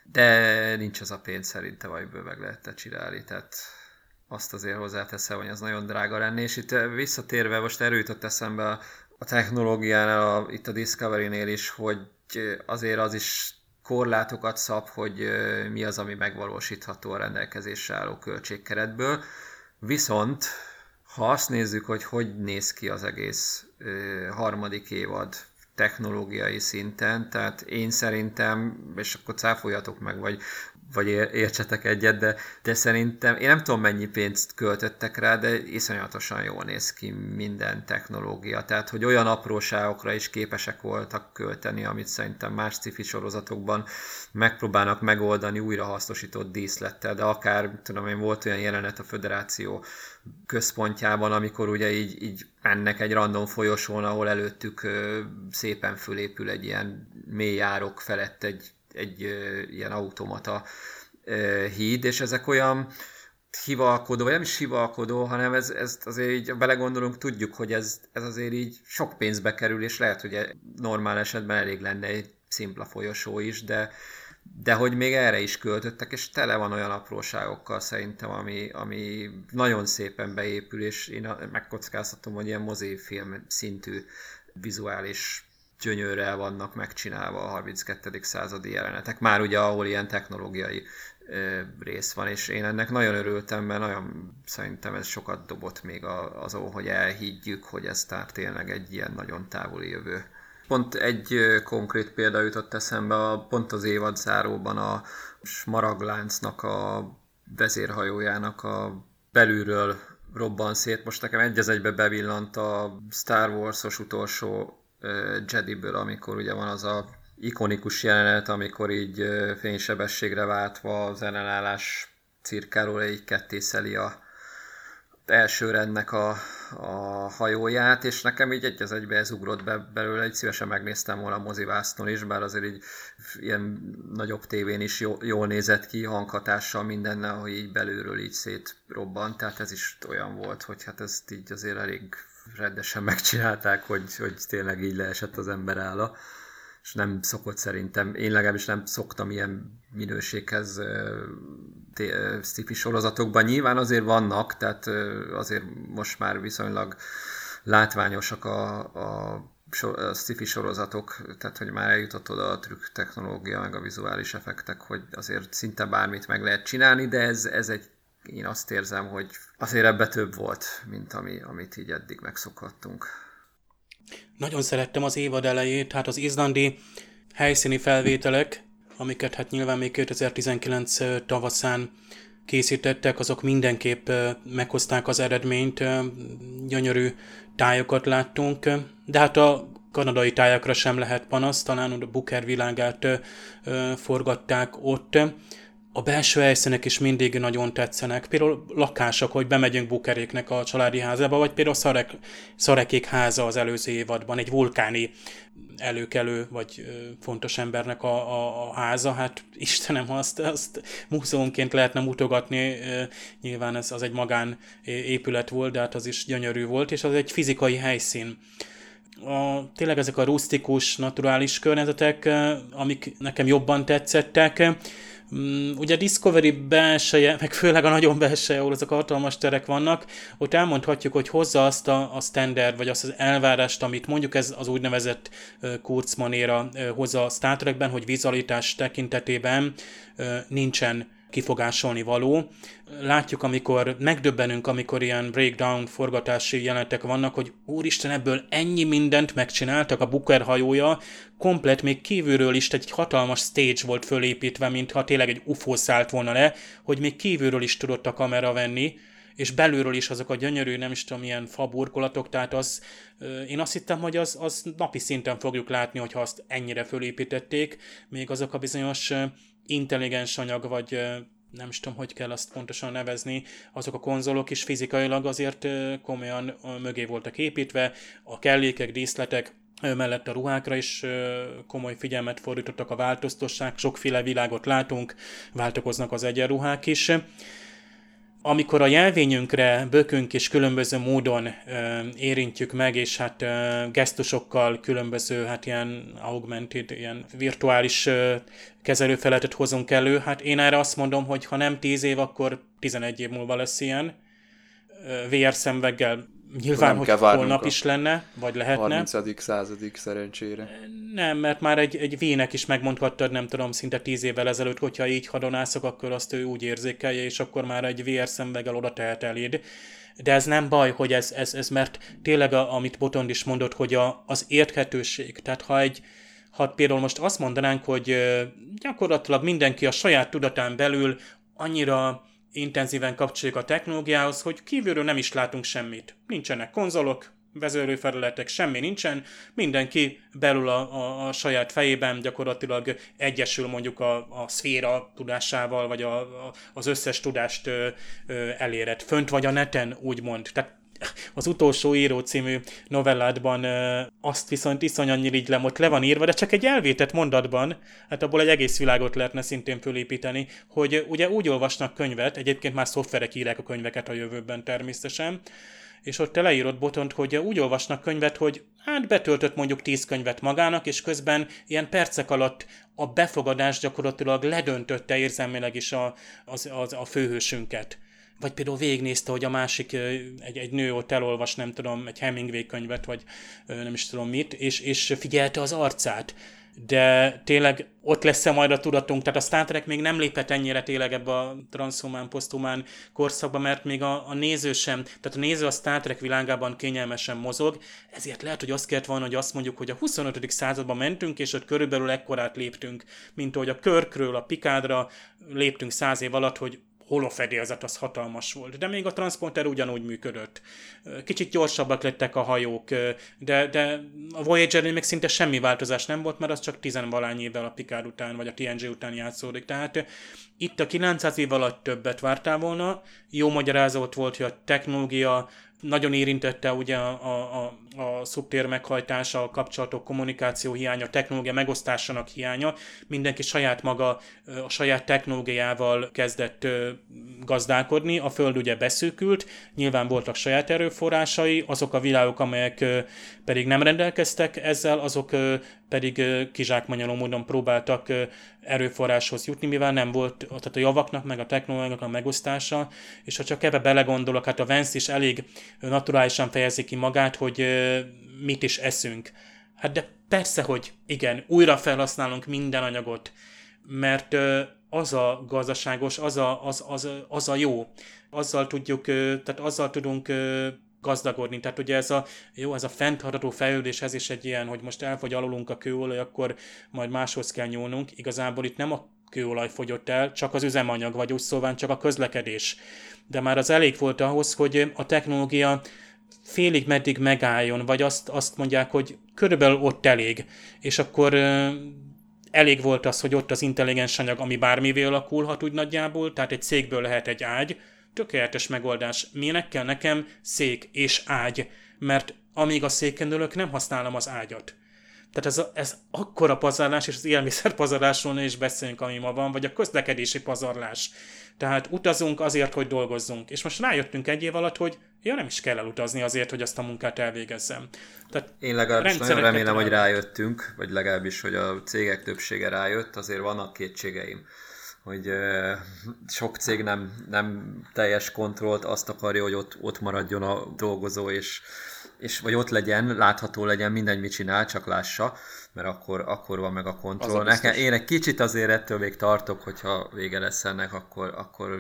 de nincs az a pénz szerintem, amiből meg lehetne csinálni, tehát azt azért hozzáteszem, hogy az nagyon drága lenne, és itt visszatérve most erről jutott eszembe a technológiánál, itt a Discovery-nél is, hogy azért az is korlátokat szab, hogy mi az, ami megvalósítható a rendelkezésre álló költségkeretből. Viszont, ha azt nézzük, hogy néz ki az egész harmadik évad technológiai szinten, tehát én szerintem, és akkor cáfoljatok meg, vagy értsetek egyet, de szerintem, én nem tudom mennyi pénzt költöttek rá, de iszonyatosan jól néz ki minden technológia. Tehát, hogy olyan apróságokra is képesek voltak költeni, amit szerintem más sci-fi sorozatokban megpróbálnak megoldani újrahasznosított díszlettel, de akár, tudom én, volt olyan jelenet a Föderáció központjában, amikor ugye így mennek egy random folyosón, ahol előttük szépen fölépül egy ilyen mély árok felett egy ilyen automata híd, és ezek olyan hivalkodó, vagy nem is hivalkodó, hanem ez azért így belegondolunk, tudjuk, hogy ez azért így sok pénzbe kerül, és lehet, hogy normál esetben elég lenne egy szimpla folyosó is, de hogy még erre is költöttek, és tele van olyan apróságokkal szerintem, ami nagyon szépen beépül, és én megkockáztatom, hogy ilyen mozifilm szintű vizuális gyönyörrel vannak megcsinálva a 32. századi jelenetek. Már ugye, ahol ilyen technológiai rész van, és én ennek nagyon örültem, mert nagyon szerintem ez sokat dobott még azon, hogy elhiggyük, hogy ez tényleg egy ilyen nagyon távoli jövő. Pont egy konkrét példa jutott eszembe, pont az évadzáróban a Smaragdláncnak a vezérhajójának a belülről robban szét. Most nekem egy az egybe bevillant a Star Wars-os utolsó Jediből, amikor ugye van az a ikonikus jelenet, amikor így fénysebességre váltva az ellenállás cirkáról így kettészeli a első rendnek a hajóját, és nekem így egy az egybe ez ugrott be belőle, így szívesen megnéztem volna a mozivásznon is, bár azért így ilyen nagyobb tévén is jól nézett ki, hanghatással mindennel, hogy így belülről így szétrobbant, tehát ez is olyan volt, hogy hát ezt így azért elég rendesen megcsinálták, hogy tényleg így leesett az ember álla, és nem szokott szerintem, én legalábbis nem szoktam ilyen minőséghez sci-fi sorozatokban. Nyilván azért vannak, tehát azért most már viszonylag látványosak a sci-fi sorozatok, tehát hogy már eljutott oda a trükk technológia, meg a vizuális effektek, hogy azért szinte bármit meg lehet csinálni, de ez egy, én azt érzem, hogy azért ebbe több volt, mint amit így eddig megszokhattunk. Nagyon szerettem az évad elejét, hát az izlandi helyszíni felvételek, amiket hát nyilván még 2019 tavaszán készítettek, azok mindenképp meghozták az eredményt, gyönyörű tájokat láttunk, de hát a kanadai tájakra sem lehet panasz, talán a Booker világát forgatták ott. A belső helyszínek is mindig nagyon tetszenek. Például lakások, hogy bemegyünk Bookeréknek a családi házába, vagy például Szarekék háza az előző évadban, egy vulkáni előkelő, vagy fontos embernek a háza. Hát Istenem, azt múzeumként lehetne mutogatni, nyilván az egy magán épület volt, de hát az is gyönyörű volt, és az egy fizikai helyszín. Tényleg ezek a rusztikus, naturális környezetek, amik nekem jobban tetszettek. Ugye a Discovery belseje, meg főleg a nagyon belseje, ahol azok a hatalmas terek vannak, ott elmondhatjuk, hogy hozza azt a standard, vagy azt az elvárást, amit mondjuk ez az úgynevezett Kurtzmanéra hozza a Star Trekben, hogy vizualitás tekintetében nincsen kifogásolni való. Látjuk, amikor megdöbbenünk, amikor ilyen breakdown forgatási jelenetek vannak, hogy úristen, ebből ennyi mindent megcsináltak, a Booker hajója komplet még kívülről is egy hatalmas stage volt fölépítve, mintha tényleg egy UFO szállt volna le, hogy még kívülről is tudott a kamera venni, és belülről is azok a gyönyörű, nem is tudom, ilyen faburkolatok, tehát én azt hittem, hogy az napi szinten fogjuk látni, hogyha azt ennyire fölépítették, még azok a bizonyos intelligens anyag, vagy nem is tudom, hogy kell azt pontosan nevezni, azok a konzolok is fizikailag azért komolyan mögé voltak építve, a kellékek, díszletek mellett a ruhákra is komoly figyelmet fordítottak a változtosság, sokféle világot látunk, váltakoznak az egyenruhák is. Amikor a jelvényünkre bökünk és különböző módon érintjük meg, és hát gesztusokkal különböző, hát ilyen augmented, ilyen virtuális kezelőfeletet hozunk elő, hát én erre azt mondom, hogy ha nem 10 év, akkor 11 év múlva lesz ilyen. VR szemüveggel nyilván, hogy holnap is lenne, vagy lehetne. 30. századig szerencsére. Nem, mert már egy V-nek is megmondhattad, nem tudom, szinte 10 évvel ezelőtt, hogyha így hadonászok, akkor azt ő úgy érzékelje, és akkor már egy VR szemüveggel oda tehet eléd. De ez nem baj, hogy ez mert tényleg, amit Botond is mondott, hogy az érthetőség. Tehát ha például most azt mondanánk, hogy gyakorlatilag mindenki a saját tudatán belül annyira intenzíven kapcsoljuk a technológiához, hogy kívülről nem is látunk semmit. Nincsenek konzolok, vezérőfelületek, semmi nincsen, mindenki belül a saját fejében gyakorlatilag egyesül mondjuk a szféra tudásával, vagy az összes tudást eléred. Fönt vagy a neten, úgymond. Tehát az Utolsó író című novelládban azt viszont iszonyan irigylem, ott le van írva, de csak egy elvétett mondatban, hát abból egy egész világot lehetne szintén fölépíteni, hogy ugye úgy olvasnak könyvet, egyébként már szoftverek írják a könyveket a jövőben természetesen, és ott te leírod, Botont, hogy úgy olvasnak könyvet, hogy hát betöltött mondjuk 10 könyvet magának, és közben ilyen percek alatt a befogadás gyakorlatilag ledöntötte érzelmileg is a főhősünket. Vagy például végignézte, hogy a másik, egy nő ott elolvas, nem tudom, egy Hemingway könyvet, vagy nem is tudom mit, és figyelte az arcát. De tényleg ott lesz-e majd a tudatunk, tehát a Star Trek még nem lépett ennyire tényleg ebbe a transhumán, poszthumán korszakba, mert még a néző sem, tehát a néző a Star Trek világában kényelmesen mozog, ezért lehet, hogy azt kellett volna, hogy azt mondjuk, hogy a 25. században mentünk, és ott körülbelül ekkorát léptünk, mint ahogy a Kirkről a Picardra léptünk 100 év alatt, hogy holofedélzet az hatalmas volt, de még a transzponter ugyanúgy működött. Kicsit gyorsabbak lettek a hajók, de a Voyager-nél még szinte semmi változás nem volt, mert az csak 10-valány évvel a Picard után, vagy a TNG után játszódik. Tehát itt a 900 év alatt többet vártál volna, jó magyarázat volt, hogy a technológia nagyon érintette ugye a szubtér meghajtása, a kapcsolatok, kommunikáció hiánya, a technológia megosztásának hiánya. Mindenki saját maga, a saját technológiával kezdett gazdálkodni, a Föld ugye beszűkült, nyilván voltak saját erőforrásai, azok a világok, amelyek pedig nem rendelkeztek ezzel, azok pedig kizsákmányoló módon próbáltak erőforráshoz jutni, mivel nem volt tehát a javaknak, meg a technológiáknak a megosztása, és ha csak ebbe belegondolok, hát a Vance is elég naturálisan fejezi ki magát, hogy mit is eszünk. Hát de persze, hogy igen, újra felhasználunk minden anyagot, mert az a gazdaságos, az a jó. Azzal tudunk gazdagodni. Tehát ugye ez a fenntartható fejlődéshez is egy ilyen, hogy most elfogy alulunk a kőolaj, akkor majd máshoz kell nyúlnunk. Igazából itt nem a kőolaj fogyott el, csak az üzemanyag, vagy úgy szóval csak a közlekedés. De már az elég volt ahhoz, hogy a technológia félig meddig megálljon, vagy azt mondják, hogy körülbelül ott elég. És akkor elég volt az, hogy ott az intelligens anyag, ami bármivé alakulhat úgy nagyjából, tehát egy székből lehet egy ágy, tökéletes megoldás. Minek kell nekem szék és ágy? Mert amíg a széken ülök, nem használom az ágyat. Tehát ez akkora pazarlás, és az élelmiszer pazarlásról is beszélünk, ami ma van, vagy a közlekedési pazarlás. Tehát utazunk azért, hogy dolgozzunk. És most rájöttünk egy év alatt, hogy nem is kell elutazni azért, hogy azt a munkát elvégezzem. Tehát én legalábbis nagyon remélem, hogy rájöttünk, vagy legalábbis, hogy a cégek többsége rájött, azért vannak kétségeim, hogy sok cég nem teljes kontrollt, azt akarja, hogy ott maradjon a dolgozó, és vagy ott legyen, látható legyen, mindegy mit csinál, csak lássa, mert akkor van meg a kontroll. Én egy kicsit azért ettől még tartok, hogyha vége lesz ennek, akkor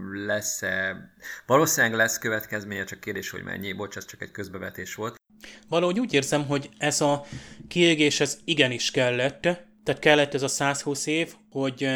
lesz-e, valószínűleg lesz következménye, csak kérdés, hogy mennyi, bocs, ez csak egy közbevetés volt. Valahogy úgy érzem, hogy ez a kiégés, ez igenis kellett, tehát kellett ez a 120 év, hogy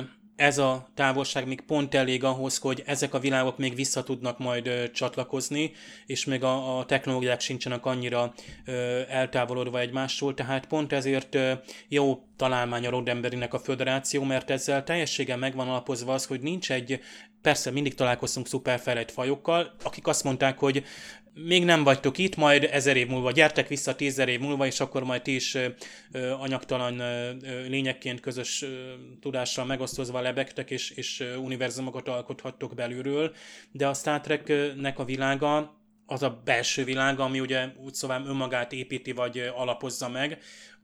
ez a távolság még pont elég ahhoz, hogy ezek a világok még vissza tudnak majd csatlakozni, és még a technológiák sincsenek annyira eltávolodva egymástól, tehát pont ezért jó találmány a Roddenberrynek a föderáció, mert ezzel teljességgel megvan alapozva az, hogy nincs persze mindig találkoztunk szuperfejlett fajokkal, akik azt mondták, hogy még nem vagytok itt, majd 1000 év múlva gyertek vissza 10 000 év múlva, és akkor majd ti is anyagtalan lényekként közös tudással megosztozva lebegtek, és univerzumokat alkothattok belülről. De a Star Treknek a világa, az a belső világa, ami ugye úgy szóval önmagát építi, vagy alapozza meg,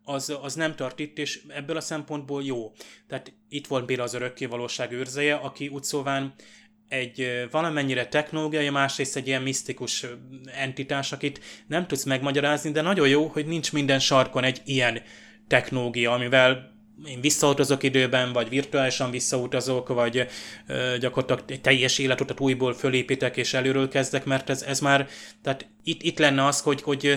az nem tart itt, és ebből a szempontból jó. Tehát itt volt például az örökkévalóság őrzője, aki úgy szóval egy valamennyire technológiai, másrészt egy ilyen misztikus entitás, akit nem tudsz megmagyarázni, de nagyon jó, hogy nincs minden sarkon egy ilyen technológia, amivel én visszautazok időben, vagy virtuálisan visszautazok, vagy gyakorlatilag egy teljes életutat újból fölépítek és előről kezdek, mert ez már, tehát itt lenne az, hogy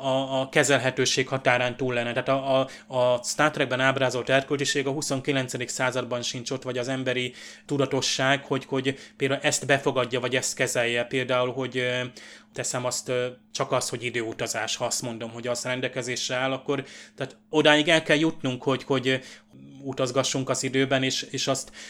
a kezelhetőség határán túl lenne. Tehát a Star Trekben ábrázolt erkölcsiség a 29. században sincs ott, vagy az emberi tudatosság, hogy például ezt befogadja, vagy ezt kezelje. Például, hogy teszem azt, csak az, hogy időutazás, ha azt mondom, hogy az rendelkezésre áll, akkor tehát odáig el kell jutnunk, hogy utazgassunk az időben, és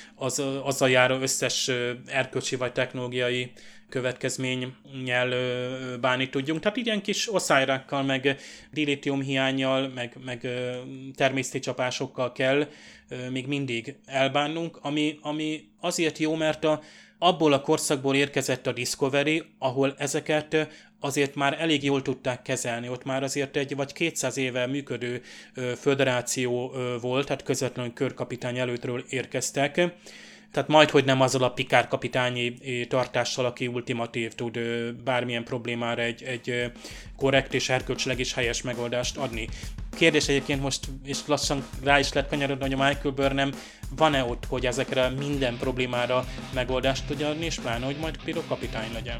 azzal járó összes erkölcsi vagy technológiai következménnyel bánni tudjunk. Tehát ilyen kis oszályrákkal, meg dilithium hiánnyal, meg természeti csapásokkal kell még mindig elbánnunk, ami azért jó, mert abból a korszakból érkezett a Discovery, ahol ezeket azért már elég jól tudták kezelni. Ott már azért egy vagy 200 éve működő föderáció volt, tehát közvetlenül Kirk-kapitány előttről érkeztek. Tehát majdhogy nem azzal a Picard kapitányi tartással, aki ultimatív tud bármilyen problémára egy korrekt és erkölcsileg is helyes megoldást adni. Kérdés egyébként most, és lassan rá is lehet kanyarodni, hogy a Michael Burnham van-e ott, hogy ezekre minden problémára megoldást tudja adni, és pláne, hogy majd például kapitány legyen.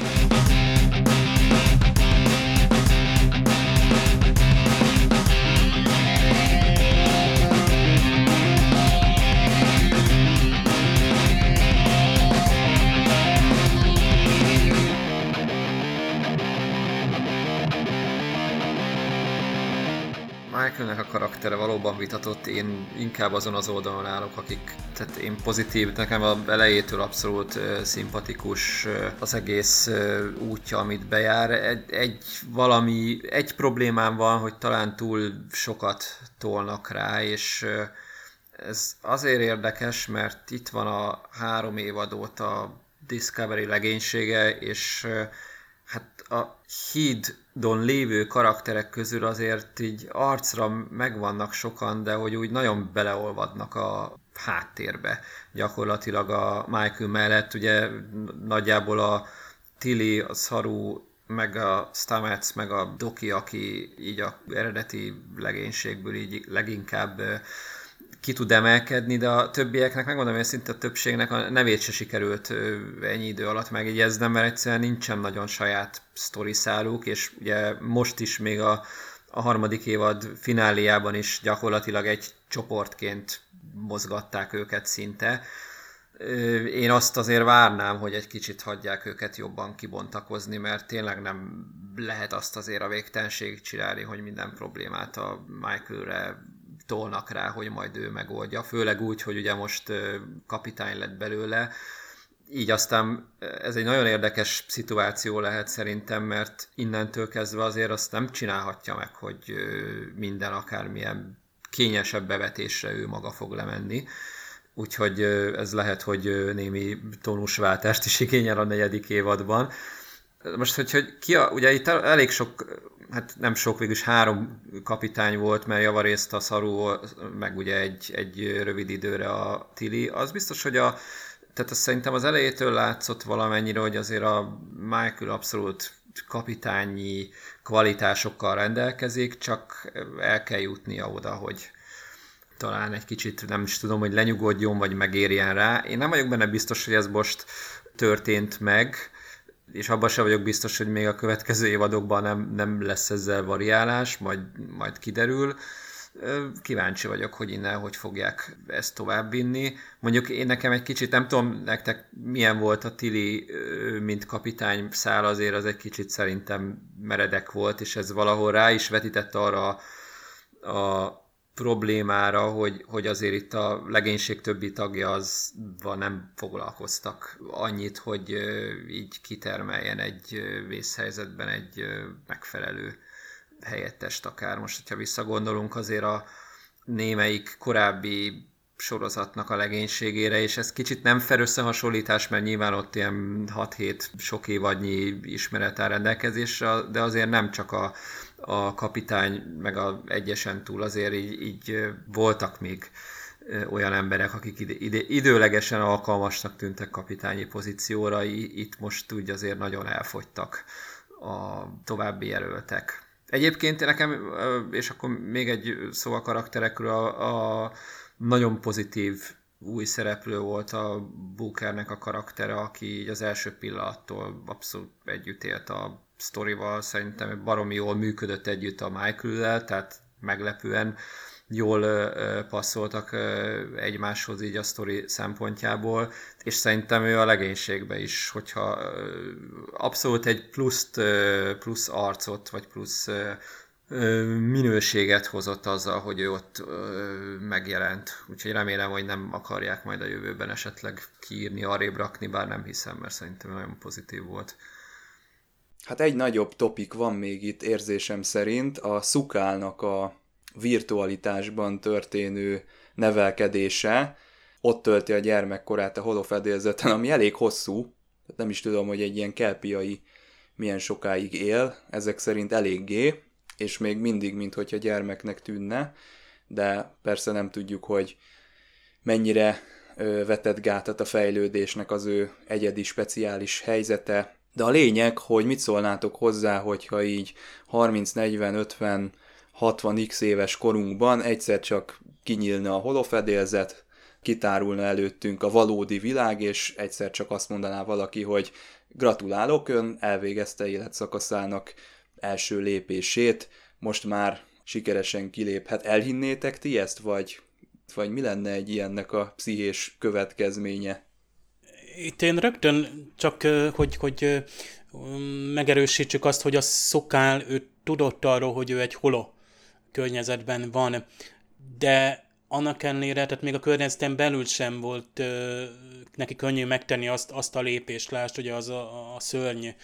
Michaelnek a karaktere valóban vitatott, én inkább azon az oldalon állok, tehát én pozitív, nekem a elejétől abszolút szimpatikus az egész útja, amit bejár. Egy problémám van, hogy talán túl sokat tolnak rá, és Ez azért érdekes, mert itt van a 3 évad óta Discovery legénysége, és hát a hídon lévő karakterek közül azért így arcra megvannak sokan, de hogy úgy nagyon beleolvadnak a háttérbe. Gyakorlatilag a Michael mellett ugye nagyjából a Tilly, a Saru, meg a Stamets, meg a Doki, aki így a eredeti legénységből így leginkább ki tud emelkedni, de a többieknek, megmondom, hogy szinte a többségnek a nevét se sikerült ennyi idő alatt megjegyeznem, mert egyszerűen nincsen nagyon saját sztoriszáluk, és ugye most is még a 3. évad fináléjában is gyakorlatilag egy csoportként mozgatták őket szinte. Én azt azért várnám, hogy egy kicsit hagyják őket jobban kibontakozni, mert tényleg nem lehet azt azért a végtelenség csinálni, hogy minden problémát a Michaelre tolnak rá, hogy majd ő megoldja. Főleg úgy, hogy ugye most kapitány lett belőle. Így aztán ez egy nagyon érdekes szituáció lehet szerintem, mert innentől kezdve azért azt nem csinálhatja meg, hogy minden akármilyen kényesebb bevetésre ő maga fog lemenni. Úgyhogy ez lehet, hogy némi tónusváltást is igényel a 4. évadban. Most, ugye itt elég sok, hát nem sok, végülis 3 kapitány volt, mert javarészt a Saru, meg ugye egy rövid időre a Tilly. Az biztos, hogy tehát azt szerintem az elejétől látszott valamennyire, hogy azért a Michael abszolút kapitányi kvalitásokkal rendelkezik, csak el kell jutnia oda, hogy talán egy kicsit, nem is tudom, hogy lenyugodjon, vagy megérjen rá. Én nem vagyok benne biztos, hogy ez most történt meg, és abban sem vagyok biztos, hogy még a következő évadokban nem lesz ezzel variálás, majd kiderül. Kíváncsi vagyok, hogy innen hogy fogják ezt továbbvinni. Mondjuk én nekem egy kicsit, nem tudom nektek milyen volt a Tilly, mint kapitány szál, azért az egy kicsit szerintem meredek volt, és ez valahol rá is vetített arra a problémára, hogy azért itt a legénység többi tagja azval nem foglalkoztak annyit, hogy így kitermeljen egy vészhelyzetben egy megfelelő helyettest akár. Most, hogyha visszagondolunk azért a némelyik korábbi sorozatnak a legénységére, és ez kicsit nem fair összehasonlítás, mert nyilván ott ilyen 6-7 sok évadnyi ismeret áll rendelkezésre, de azért nem csak a kapitány, meg a egyesen túl azért így voltak még olyan emberek, akik időlegesen alkalmasnak tűntek kapitányi pozícióra, itt most úgy azért nagyon elfogytak a további jelöltek. Egyébként nekem, és akkor még egy szó a karakterekről, a nagyon pozitív új szereplő volt a Bookernek a karaktere, aki így az első pillanattól abszolút együtt élt a sztorival, szerintem baromi jól működött együtt a Michael-lel, tehát meglepően jól passzoltak egymáshoz így a sztori szempontjából, és szerintem ő a legénységbe is, hogyha abszolút egy plusz arcot, vagy plusz minőséget hozott azzal, hogy ő ott megjelent. Úgyhogy remélem, hogy nem akarják majd a jövőben esetleg kiírni, arrébb rakni, bár nem hiszem, mert szerintem nagyon pozitív volt. Hát egy nagyobb topik van még itt érzésem szerint, a Sukálnak a virtualitásban történő nevelkedése. Ott tölti a gyermekkorát a holofedélzeten, ami elég hosszú, nem is tudom, hogy egy ilyen kelpiai milyen sokáig él, ezek szerint eléggé, és még mindig, minthogyha gyermeknek tűnne, de persze nem tudjuk, hogy mennyire vetett gátat a fejlődésnek az ő egyedi, speciális helyzete. De a lényeg, hogy mit szólnátok hozzá, hogyha így 30, 40, 50, 60x éves korunkban egyszer csak kinyílna a holofedélzet, kitárulna előttünk a valódi világ, és egyszer csak azt mondaná valaki, hogy gratulálok, ön elvégezte életszakaszának első lépését, most már sikeresen kiléphet. Elhinnétek ti ezt, vagy mi lenne egy ilyennek a pszichés következménye? Itt én rögtön csak, hogy megerősítsük azt, hogy a Szokál, ő tudott arról, hogy ő egy holo környezetben van, de annak ellenére, tehát még a környezeten belül sem volt neki könnyű megtenni azt a lépést, lásd, ugye az a szörny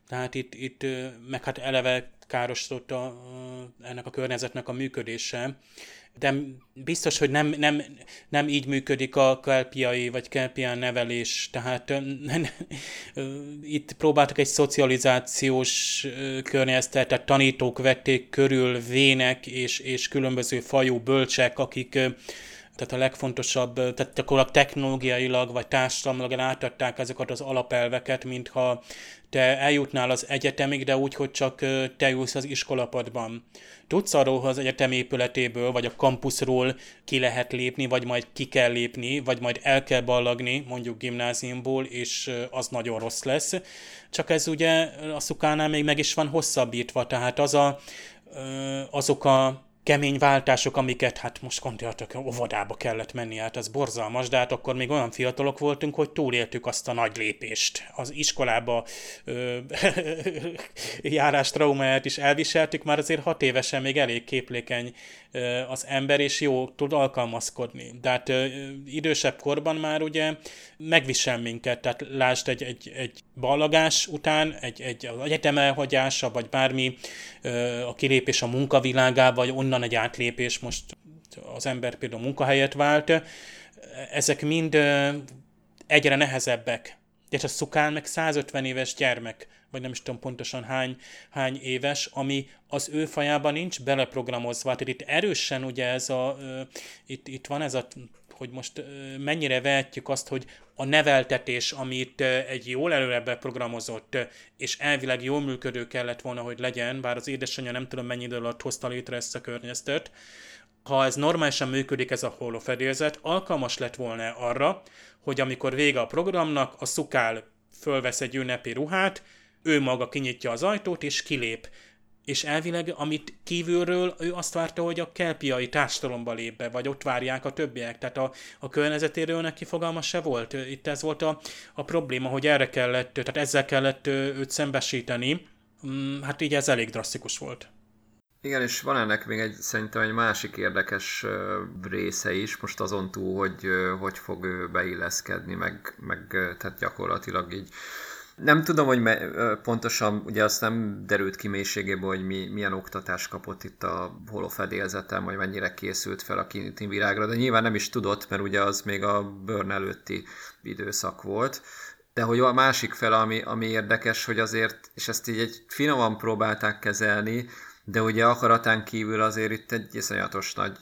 Tehát itt meg hát eleve károsodott ennek a környezetnek a működése. De biztos, hogy nem így működik a kelpiai vagy kelpián nevelés, tehát itt próbáltak egy szocializációs környezetet, tehát tanítók vették körül vének és különböző fajú bölcsek, akik tehát a legfontosabb, tehát akkor technológiailag vagy társadalmilag átadták ezeket az alapelveket, mintha te eljutnál az egyetemig, de úgy, hogy csak te ülsz az iskolapadban. Tudsz arról, hogy az egyetem épületéből vagy a kampuszról ki lehet lépni, vagy majd ki kell lépni, vagy majd el kell ballagni, mondjuk gimnáziumból, és az nagyon rossz lesz. Csak ez ugye a Szukánál még meg is van hosszabbítva, tehát azok a kemény váltások, amiket hát most gondoljatok, óvodába kellett menni, hát ez borzalmas, de hát akkor még olyan fiatalok voltunk, hogy túléltük azt a nagy lépést. Az iskolába járás traumáját is elviseltük, már azért 6 évesen még elég képlékeny az ember, és jó tud alkalmazkodni. De hát idősebb korban már ugye megvisel minket, tehát lásd egy ballagás után, egy egyetem elhagyása, vagy bármi a kilépés a munkavilágába, vagy onnan egy átlépés, most az ember például munkahelyet vált, ezek mind egyre nehezebbek. És a Szukán meg 150 éves gyermek, vagy nem is tudom pontosan hány éves, ami az ő fajában nincs beleprogramozva. Tehát itt erősen ugye itt van ez a, hogy most mennyire vehetjük azt, hogy a neveltetés, amit egy jól előre beprogramozott, és elvileg jól működő kellett volna, hogy legyen, bár az édesanyja nem tudom mennyi idő alatt hozta létre ezt a környezetet, ha ez normálisan működik, ez a hólófedélzet, alkalmas lett volna arra, hogy amikor vége a programnak, a Szukál fölvesz egy ünnepi ruhát, ő maga kinyitja az ajtót és kilép. És elvileg, amit kívülről, ő azt várta, hogy a kelpiai társadalomba lép be, vagy ott várják a többiek. Tehát a környezetéről neki fogalma se volt. Itt ez volt a probléma, hogy erre kellett, tehát ezzel kellett őt szembesíteni. Hát így ez elég drasztikus volt. Igen, és van ennek még szerintem egy másik érdekes része is, most azon túl, hogy fog ő beilleszkedni, meg tehát gyakorlatilag így. Nem tudom, hogy pontosan, ugye azt nem derült ki mélységéből, hogy milyen oktatást kapott itt a holofedélzetem, vagy mennyire készült fel a kinti világra, de nyilván nem is tudott, mert ugye az még a Burn előtti időszak volt. De hogy a másik fel, ami érdekes, hogy azért, és ezt így egy finoman próbálták kezelni, de ugye akaratán kívül azért itt egy iszonyatos nagy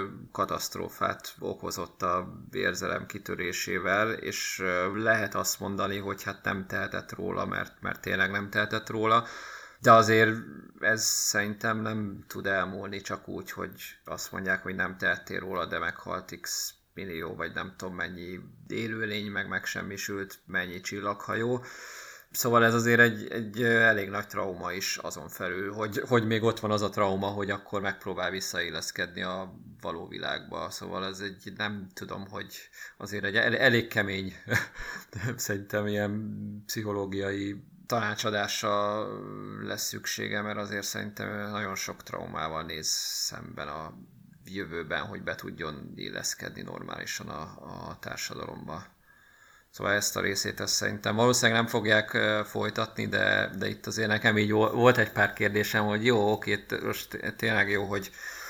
katasztrófát okozott a érzelem kitörésével, és lehet azt mondani, hogy hát nem tehetett róla, mert tényleg nem tehetett róla, de azért ez szerintem nem tud elmúlni csak úgy, hogy azt mondják, hogy nem tehettél róla, de meghalt x millió, vagy nem tudom mennyi élőlény, meg megsemmisült, mennyi csillaghajó. Szóval ez azért egy elég nagy trauma is azon felül, hogy még ott van az a trauma, hogy akkor megpróbál visszailleszkedni a való világba. Szóval ez nem tudom, hogy azért egy elég kemény, szerintem ilyen pszichológiai tanácsadásra lesz szüksége, mert azért szerintem nagyon sok traumával néz szemben a jövőben, hogy be tudjon illeszkedni normálisan a társadalomba. Szóval ezt a részét szerintem valószínűleg nem fogják folytatni, de itt azért nekem így volt egy pár kérdésem, hogy jó, oké, most tényleg jó, hogy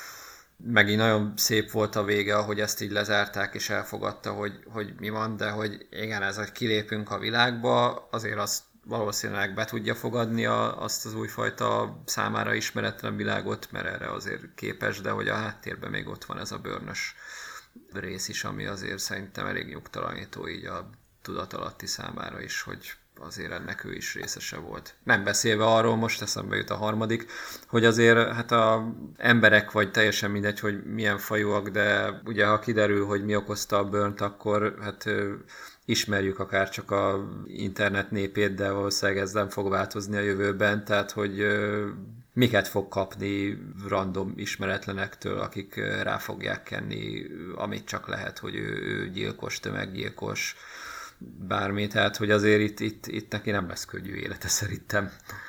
megint nagyon szép volt a vége, ahogy ezt így lezárták, és elfogadta, hogy mi van, de hogy igen, ez, hogy kilépünk a világba, azért azt valószínűleg be tudja fogadni azt az újfajta számára ismeretlen világot, mert erre azért képes, de hogy a háttérben még ott van ez a bőrnös rész is, ami azért szerintem elég nyugtalanító így a tudatalatti számára is, hogy azért ennek ő is részese volt. Nem beszélve arról, most eszembe jut a harmadik, hogy azért hát a emberek, vagy teljesen mindegy, hogy milyen fajúak, de ugye ha kiderül, hogy mi okozta a burnt, akkor hát ismerjük akár csak a internet népét, de valószínűleg ez nem fog változni a jövőben, tehát hogy miket fog kapni random ismeretlenektől, akik rá fogják kenni, amit csak lehet, hogy ő gyilkos, tömeggyilkos, bármi, tehát hogy azért itt neki nem lesz könnyű élete szerintem.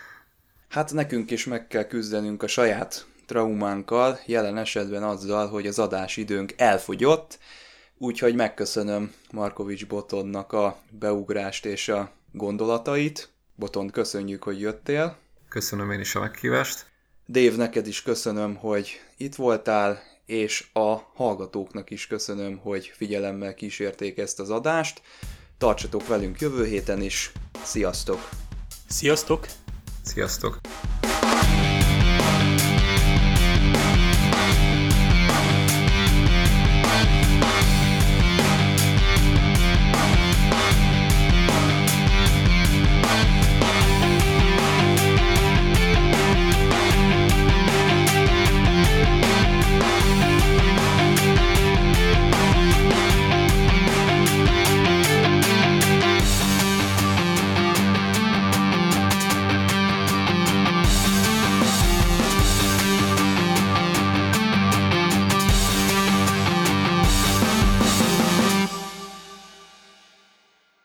Hát nekünk is meg kell küzdenünk a saját traumánkkal, jelen esetben azzal, hogy az adásidőnk elfogyott, úgyhogy megköszönöm Markovics Botondnak a beugrást és a gondolatait. Botond, köszönjük, hogy jöttél. Köszönöm én is a meghívást. Dave, neked is köszönöm, hogy itt voltál, és a hallgatóknak is köszönöm, hogy figyelemmel kísérték ezt az adást. Tartsatok velünk jövő héten is. Sziasztok! Sziasztok! Sziasztok!